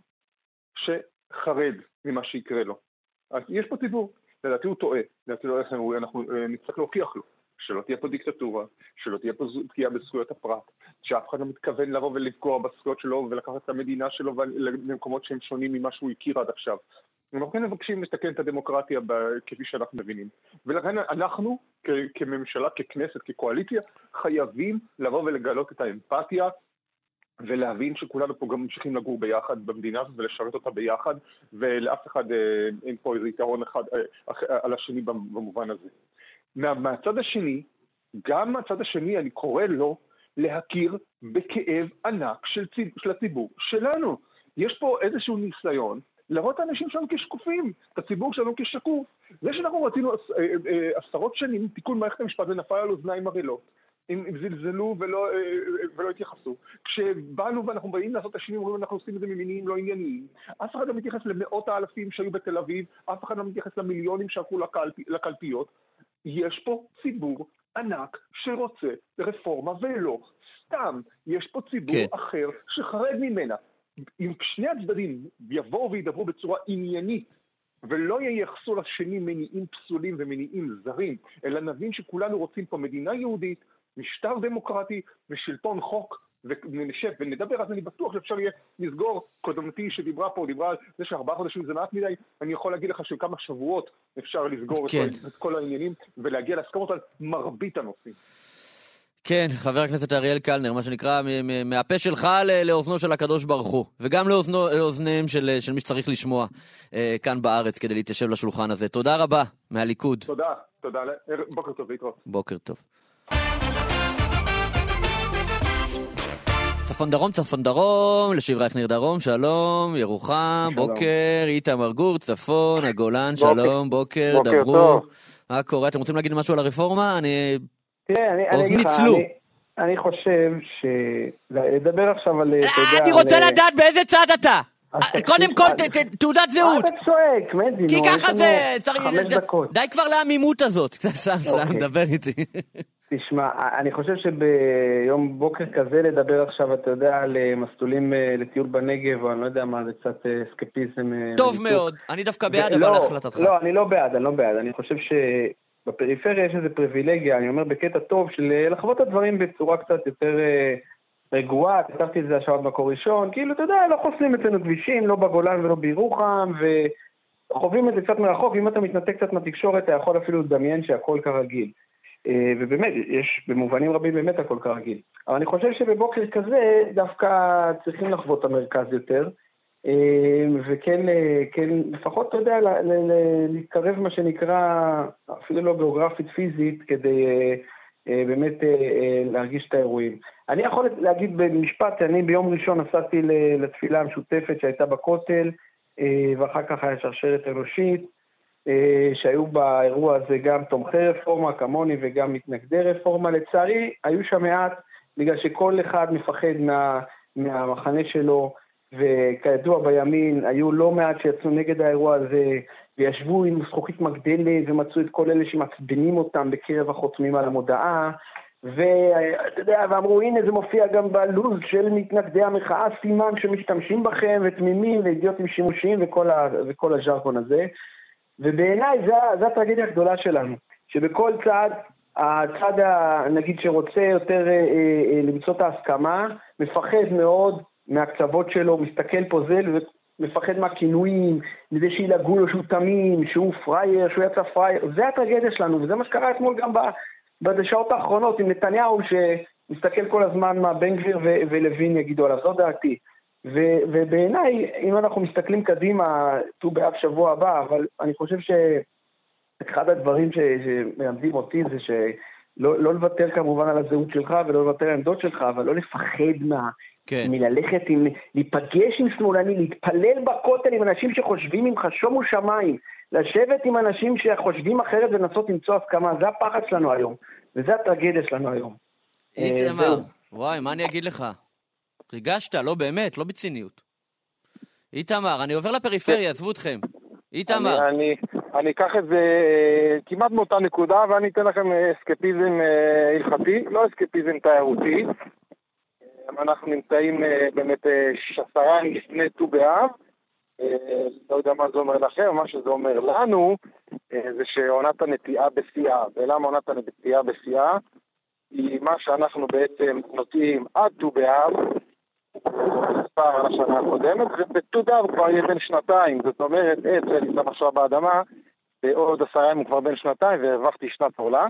שחרד ממה שיקרה לו. יש פה ציבור, לדעתי הוא טועה, לדעתי אנחנו נצטרך להוכיח לו. שלא תהיה פה דיקטטורה, שלא תהיה פה פגיעה בזכויות הפרט, שאף אחד לא מתכוון לבוא ולפגוע בזכויות שלו ולקחת את המדינה שלו למקומות שהם שונים ממה שהוא הכיר עד עכשיו. אנחנו כן מבקשים לתקן את הדמוקרטיה כפי שאנחנו מבינים. ולכן אנחנו כממשלה, ככנסת, כקואליציה, חייבים לבוא ולגלות את האמפתיה ולהבין שכולנו פה גם ממשיכים לגור ביחד במדינה הזאת ולשרת אותה ביחד, ולאף אחד אין פה איזה יתרון אחד על השני במובן הזה. מה, מהצד השני, גם מהצד השני אני קורא לו להכיר בכאב ענק של, ציב, של הציבור שלנו. יש פה איזשהו ניסיון לראות את האנשים שלנו כשקופים, את הציבור שלנו כשקוף. זה שאנחנו רצינו עשרות שנים תיקון מערכת המשפט ונפל על אוזניים ערלות. הם זלזלו ולא, ולא התייחסו. כשבאנו ואנחנו באים לעשות את השינויים, אומרים אנחנו עושים את זה ממניעים לא ענייניים. אף אחד לא מתייחס למאות האלפים שהיו בתל אביב, אף אחד לא מתייחס למיליונים שהלכו לקלפי, לקלפיות. יש פה ציבור ענק שרוצה רפורמה ולא סתם. יש פה ציבור כן. אחר שחרד ממנה. אם שני הצדדים יבואו וידברו בצורה עניינית, ולא ייחסו לשני מניעים פסולים ומניעים זרים, אלא נבין שכולנו רוצים פה מדינה יהודית, משטר דמוקרטי ושלטון חוק, ונשב ונדבר, אז אני בטוח שאפשר יהיה לסגור. קודמתי שדיברה פה, דיברה על זה שארבעה חודשים זה מעט מדי, אני יכול להגיד לך שכמה שבועות אפשר לסגור כן. את, את כל העניינים ולהגיע להסכמות על מרבית הנושאים. כן, חבר הכנסת אריאל קלנר, מה שנקרא, מהפה שלך לאוזנו של הקדוש ברוך הוא, וגם לאוזניהם של, של מי שצריך לשמוע אה, כאן בארץ כדי להתיישב לשולחן הזה. תודה רבה, מהליכוד. תודה, תודה, בוקר טוב, להתראות. בוקר טוב. צפון דרום, צפון דרום, לשיב רייכנר דרום, שלום, ירוחם, בוקר, איתמר גור, צפון, הגולן, שלום, בוקר, דברו. מה קורה? אתם רוצים להגיד משהו על הרפורמה? אני... תראה, אני אגיד לך, אני חושב שלדבר עכשיו על... אני רוצה לדעת באיזה צד אתה! קודם כל, תעודת זהות! אתה צועק, מדי, כי ככה זה... חמש דקות. די כבר לעמימות הזאת. סתם, סתם, דבר איתי. תשמע, אני חושב שביום בוקר כזה לדבר עכשיו, אתה יודע, על מסלולים לטיול בנגב, או אני לא יודע מה, זה קצת סקפיזם. טוב מאוד, אני דווקא בעד, אבל החלטתך. לא, אני לא בעד, אני לא בעד. אני חושב שבפריפריה יש איזו פריבילגיה, אני אומר בקטע טוב, של לחוות את הדברים בצורה קצת יותר רגועה. כתבתי את זה השעות מקור ראשון, כאילו, אתה יודע, לא חוסלים אצלנו כבישים, לא בגולן ולא בירוחם, וחווים את זה קצת מרחוק, ואם אתה מתנתק קצת מהתקשורת, אתה יכול אפילו לדמיין שהכל כרגיל. ובאמת, יש במובנים רבים באמת הכל כרגיל. אבל אני חושב שבבוקר כזה דווקא צריכים לחוות את המרכז יותר, וכן, כן, לפחות, אתה יודע, להתקרב מה שנקרא, אפילו לא גיאוגרפית פיזית, כדי באמת להרגיש את האירועים. אני יכול להגיד במשפט, אני ביום ראשון נסעתי לתפילה המשותפת שהייתה בכותל, ואחר כך היה שרשרת אנושית, שהיו באירוע הזה גם תומכי רפורמה כמוני וגם מתנגדי רפורמה. לצערי, היו שם מעט, בגלל שכל אחד מפחד מה, מהמחנה שלו, וכידוע בימין, היו לא מעט שיצאו נגד האירוע הזה, וישבו עם זכוכית מגדלת, ומצאו את כל אלה שמעצבנים אותם בקרב החותמים על המודעה, ואתה יודע, ואמרו, הנה זה מופיע גם בלוז של מתנגדי המחאה, סימן שמשתמשים בכם, ותמימים, ואידיוטים שימושיים, וכל, ה, וכל הז'רגון הזה. ובעיניי זה, זה הטרגדיה הגדולה שלנו, שבכל צעד, הצד, נגיד, שרוצה יותר אה, אה, למצוא את ההסכמה, מפחד מאוד מהקצוות שלו, מסתכל פה זל ומפחד מהכינויים, מזה שילגעו לו שהוא תמים, שהוא פרייר, שהוא יצא פרייר. זה הטרגדיה שלנו, וזה מה שקרה אתמול גם בשעות האחרונות, עם נתניהו שמסתכל כל הזמן מה בן גביר ו- ולוין יגידו עליו, זו דעתי. ו- ובעיניי, אם אנחנו מסתכלים קדימה, תו באב שבוע הבא, אבל אני חושב שאחד הדברים ש- שמלמדים אותי זה שלא לא לוותר כמובן על הזהות שלך ולא לוותר על העמדות שלך, אבל לא לפחד מה... כן. מללכת, עם, להיפגש עם שמאלני, להתפלל בכותל עם אנשים שחושבים עם חשום ושמיים, לשבת עם אנשים שחושבים אחרת ולנסות למצוא הסכמה. זה הפחד שלנו היום, וזה הטרגדיה שלנו היום. איתמר, וואי, מה אני אגיד לך? ריגשת, לא באמת, לא בציניות. איתמר, אני עובר לפריפריה, עזבו אתכם. איתמר. אני, אני, אני אקח את זה כמעט מאותה נקודה, ואני אתן לכם אסקפיזם הלכתי, לא אסקפיזם תיירותי. אנחנו נמצאים באמת עשרה לפני ט"ו באב, לא יודע מה זה אומר לכם, מה שזה אומר לנו, זה שעונת הנטיעה בשיאה. ולמה עונת הנטיעה בשיאה? היא מה שאנחנו בעצם נוטעים עד ט"ו באב, מספר על השנה הקודמת, ובט"ו באב כבר יהיה בין שנתיים, זאת אומרת, עץ שנמצא עכשיו באדמה, בעוד עשרה ימים כבר בין שנתיים, והרווחתי שנת עולה.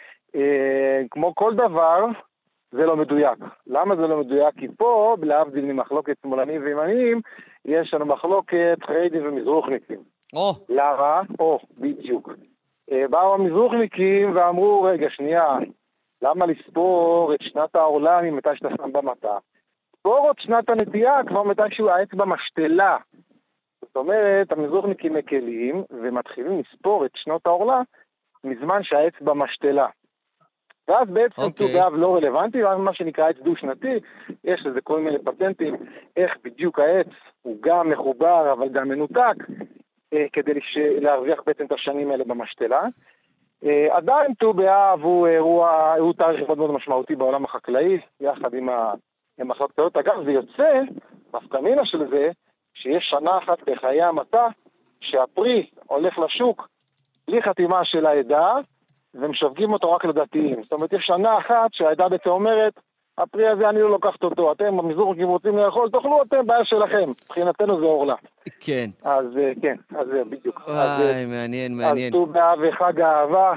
כמו כל דבר, זה לא מדויק. למה זה לא מדויק? כי פה, להבדיל ממחלוקת שמאלנים וימניים, יש לנו מחלוקת חרדים ומזרוחניקים. או. למה? או, בדיוק. באו המזרוחניקים ואמרו, רגע, שנייה, למה לספור את שנת העולה ממתי שאתה שם במטה? ספור את שנת הנטייה כבר מתי שהוא העץ במשתלה. זאת אומרת, המזרוחניקים מקלים ומתחילים לספור את שנות העולה מזמן שהעץ במשתלה. ואז בעצם ט"ו באב לא רלוונטי, ואז מה שנקרא עץ דו-שנתי, יש לזה כל מיני פטנטים, איך בדיוק העץ הוא גם מחובר אבל גם מנותק, אה, כדי להרוויח בעצם את השנים האלה במשתלה. אה, עדיין ט"ו באב הוא אירוע, הוא תאריך מאוד מאוד משמעותי בעולם החקלאי, יחד עם המחלקות. אגב, זה יוצא, בפקמינה של זה, שיש שנה אחת בחיי המטה, שהפרי הולך לשוק, בלי חתימה של העדה, ומשווקים אותו רק לדתיים. זאת אומרת, יש שנה אחת שהעדה בעצם אומרת, הפרי הזה אני לא לוקחת אותו, אתם במזרוחניקים רוצים לאכול, תאכלו אתם, בעיה שלכם. מבחינתנו זה אורלה. כן. אז כן, אז בדיוק. וואי, מעניין, מעניין. אז ט"ו באב וחג האהבה,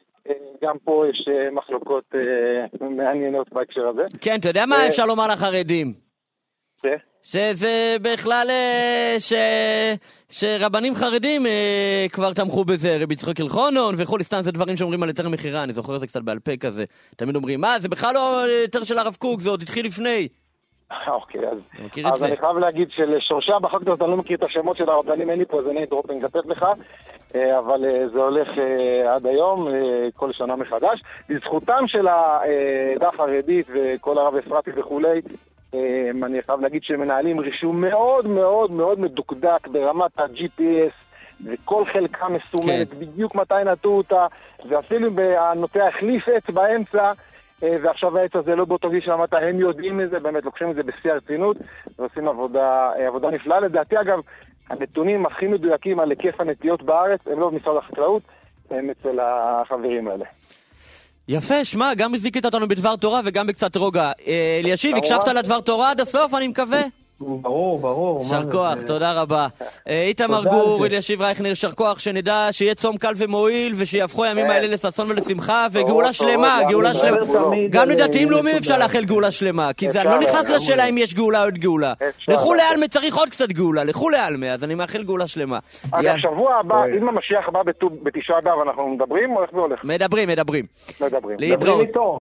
גם פה יש מחלוקות מעניינות בהקשר הזה. כן, אתה יודע מה אפשר לומר לחרדים? כן. שזה בכלל ש... שרבנים חרדים אה, כבר תמכו בזה, רבי יצחק אלחונון וכו', סתם זה דברים שאומרים על יותר מחירה, אני זוכר את זה קצת בעל פה כזה, תמיד אומרים, מה, זה בכלל לא יותר של הרב קוק, זה עוד התחיל לפני. אוקיי, אז, אז אני חייב להגיד שלשורשה בחקת הזאת, אני לא מכיר את השמות של הרבנים, אין לי פה, אז אני דרופינג לתת לך, אבל זה הולך עד היום, כל שנה מחדש. לזכותם של העדה החרדית וכל הרב אפרתי וכולי, אני חייב להגיד שמנהלים רישום מאוד מאוד מאוד מדוקדק ברמת ה-ג'י פי אס, וכל חלקה מסומנת, כן. בדיוק מתי נטו אותה, ואפילו הנוטה החליף עץ באמצע, ועכשיו העץ הזה לא באותו גיל של המטה, הם יודעים את זה, באמת לוקחים את זה בשיא הרצינות, ועושים עבודה, עבודה נפלאה. לדעתי אגב, הנתונים הכי מדויקים על היקף הנטיות בארץ, הם לא במשרד החקלאות, הם אצל החברים האלה. יפה, שמע, גם הזיקית אותנו בדבר תורה וגם בקצת רוגע. אלישיב, הקשבת לדבר תורה עד הסוף, אני מקווה? ברור, ברור. שר כוח, תודה רבה. איתמר גור, אלישיב רייכנר, שר כוח, שנדע שיהיה צום קל ומועיל, ושיהפכו הימים האלה לששון ולשמחה, וגאולה שלמה, גאולה שלמה. גם לדתיים לאומיים אפשר לאחל גאולה שלמה, כי זה לא נכנס לשאלה אם יש גאולה או עוד גאולה. לכו לעלמה, צריך עוד קצת גאולה, לכו לעלמה, אז אני מאחל גאולה שלמה. אגב, שבוע הבא, אם המשיח הבא בתשעה באב, אנחנו מדברים או איך זה הולך? מדברים, מדברים. מדברים. להתראות.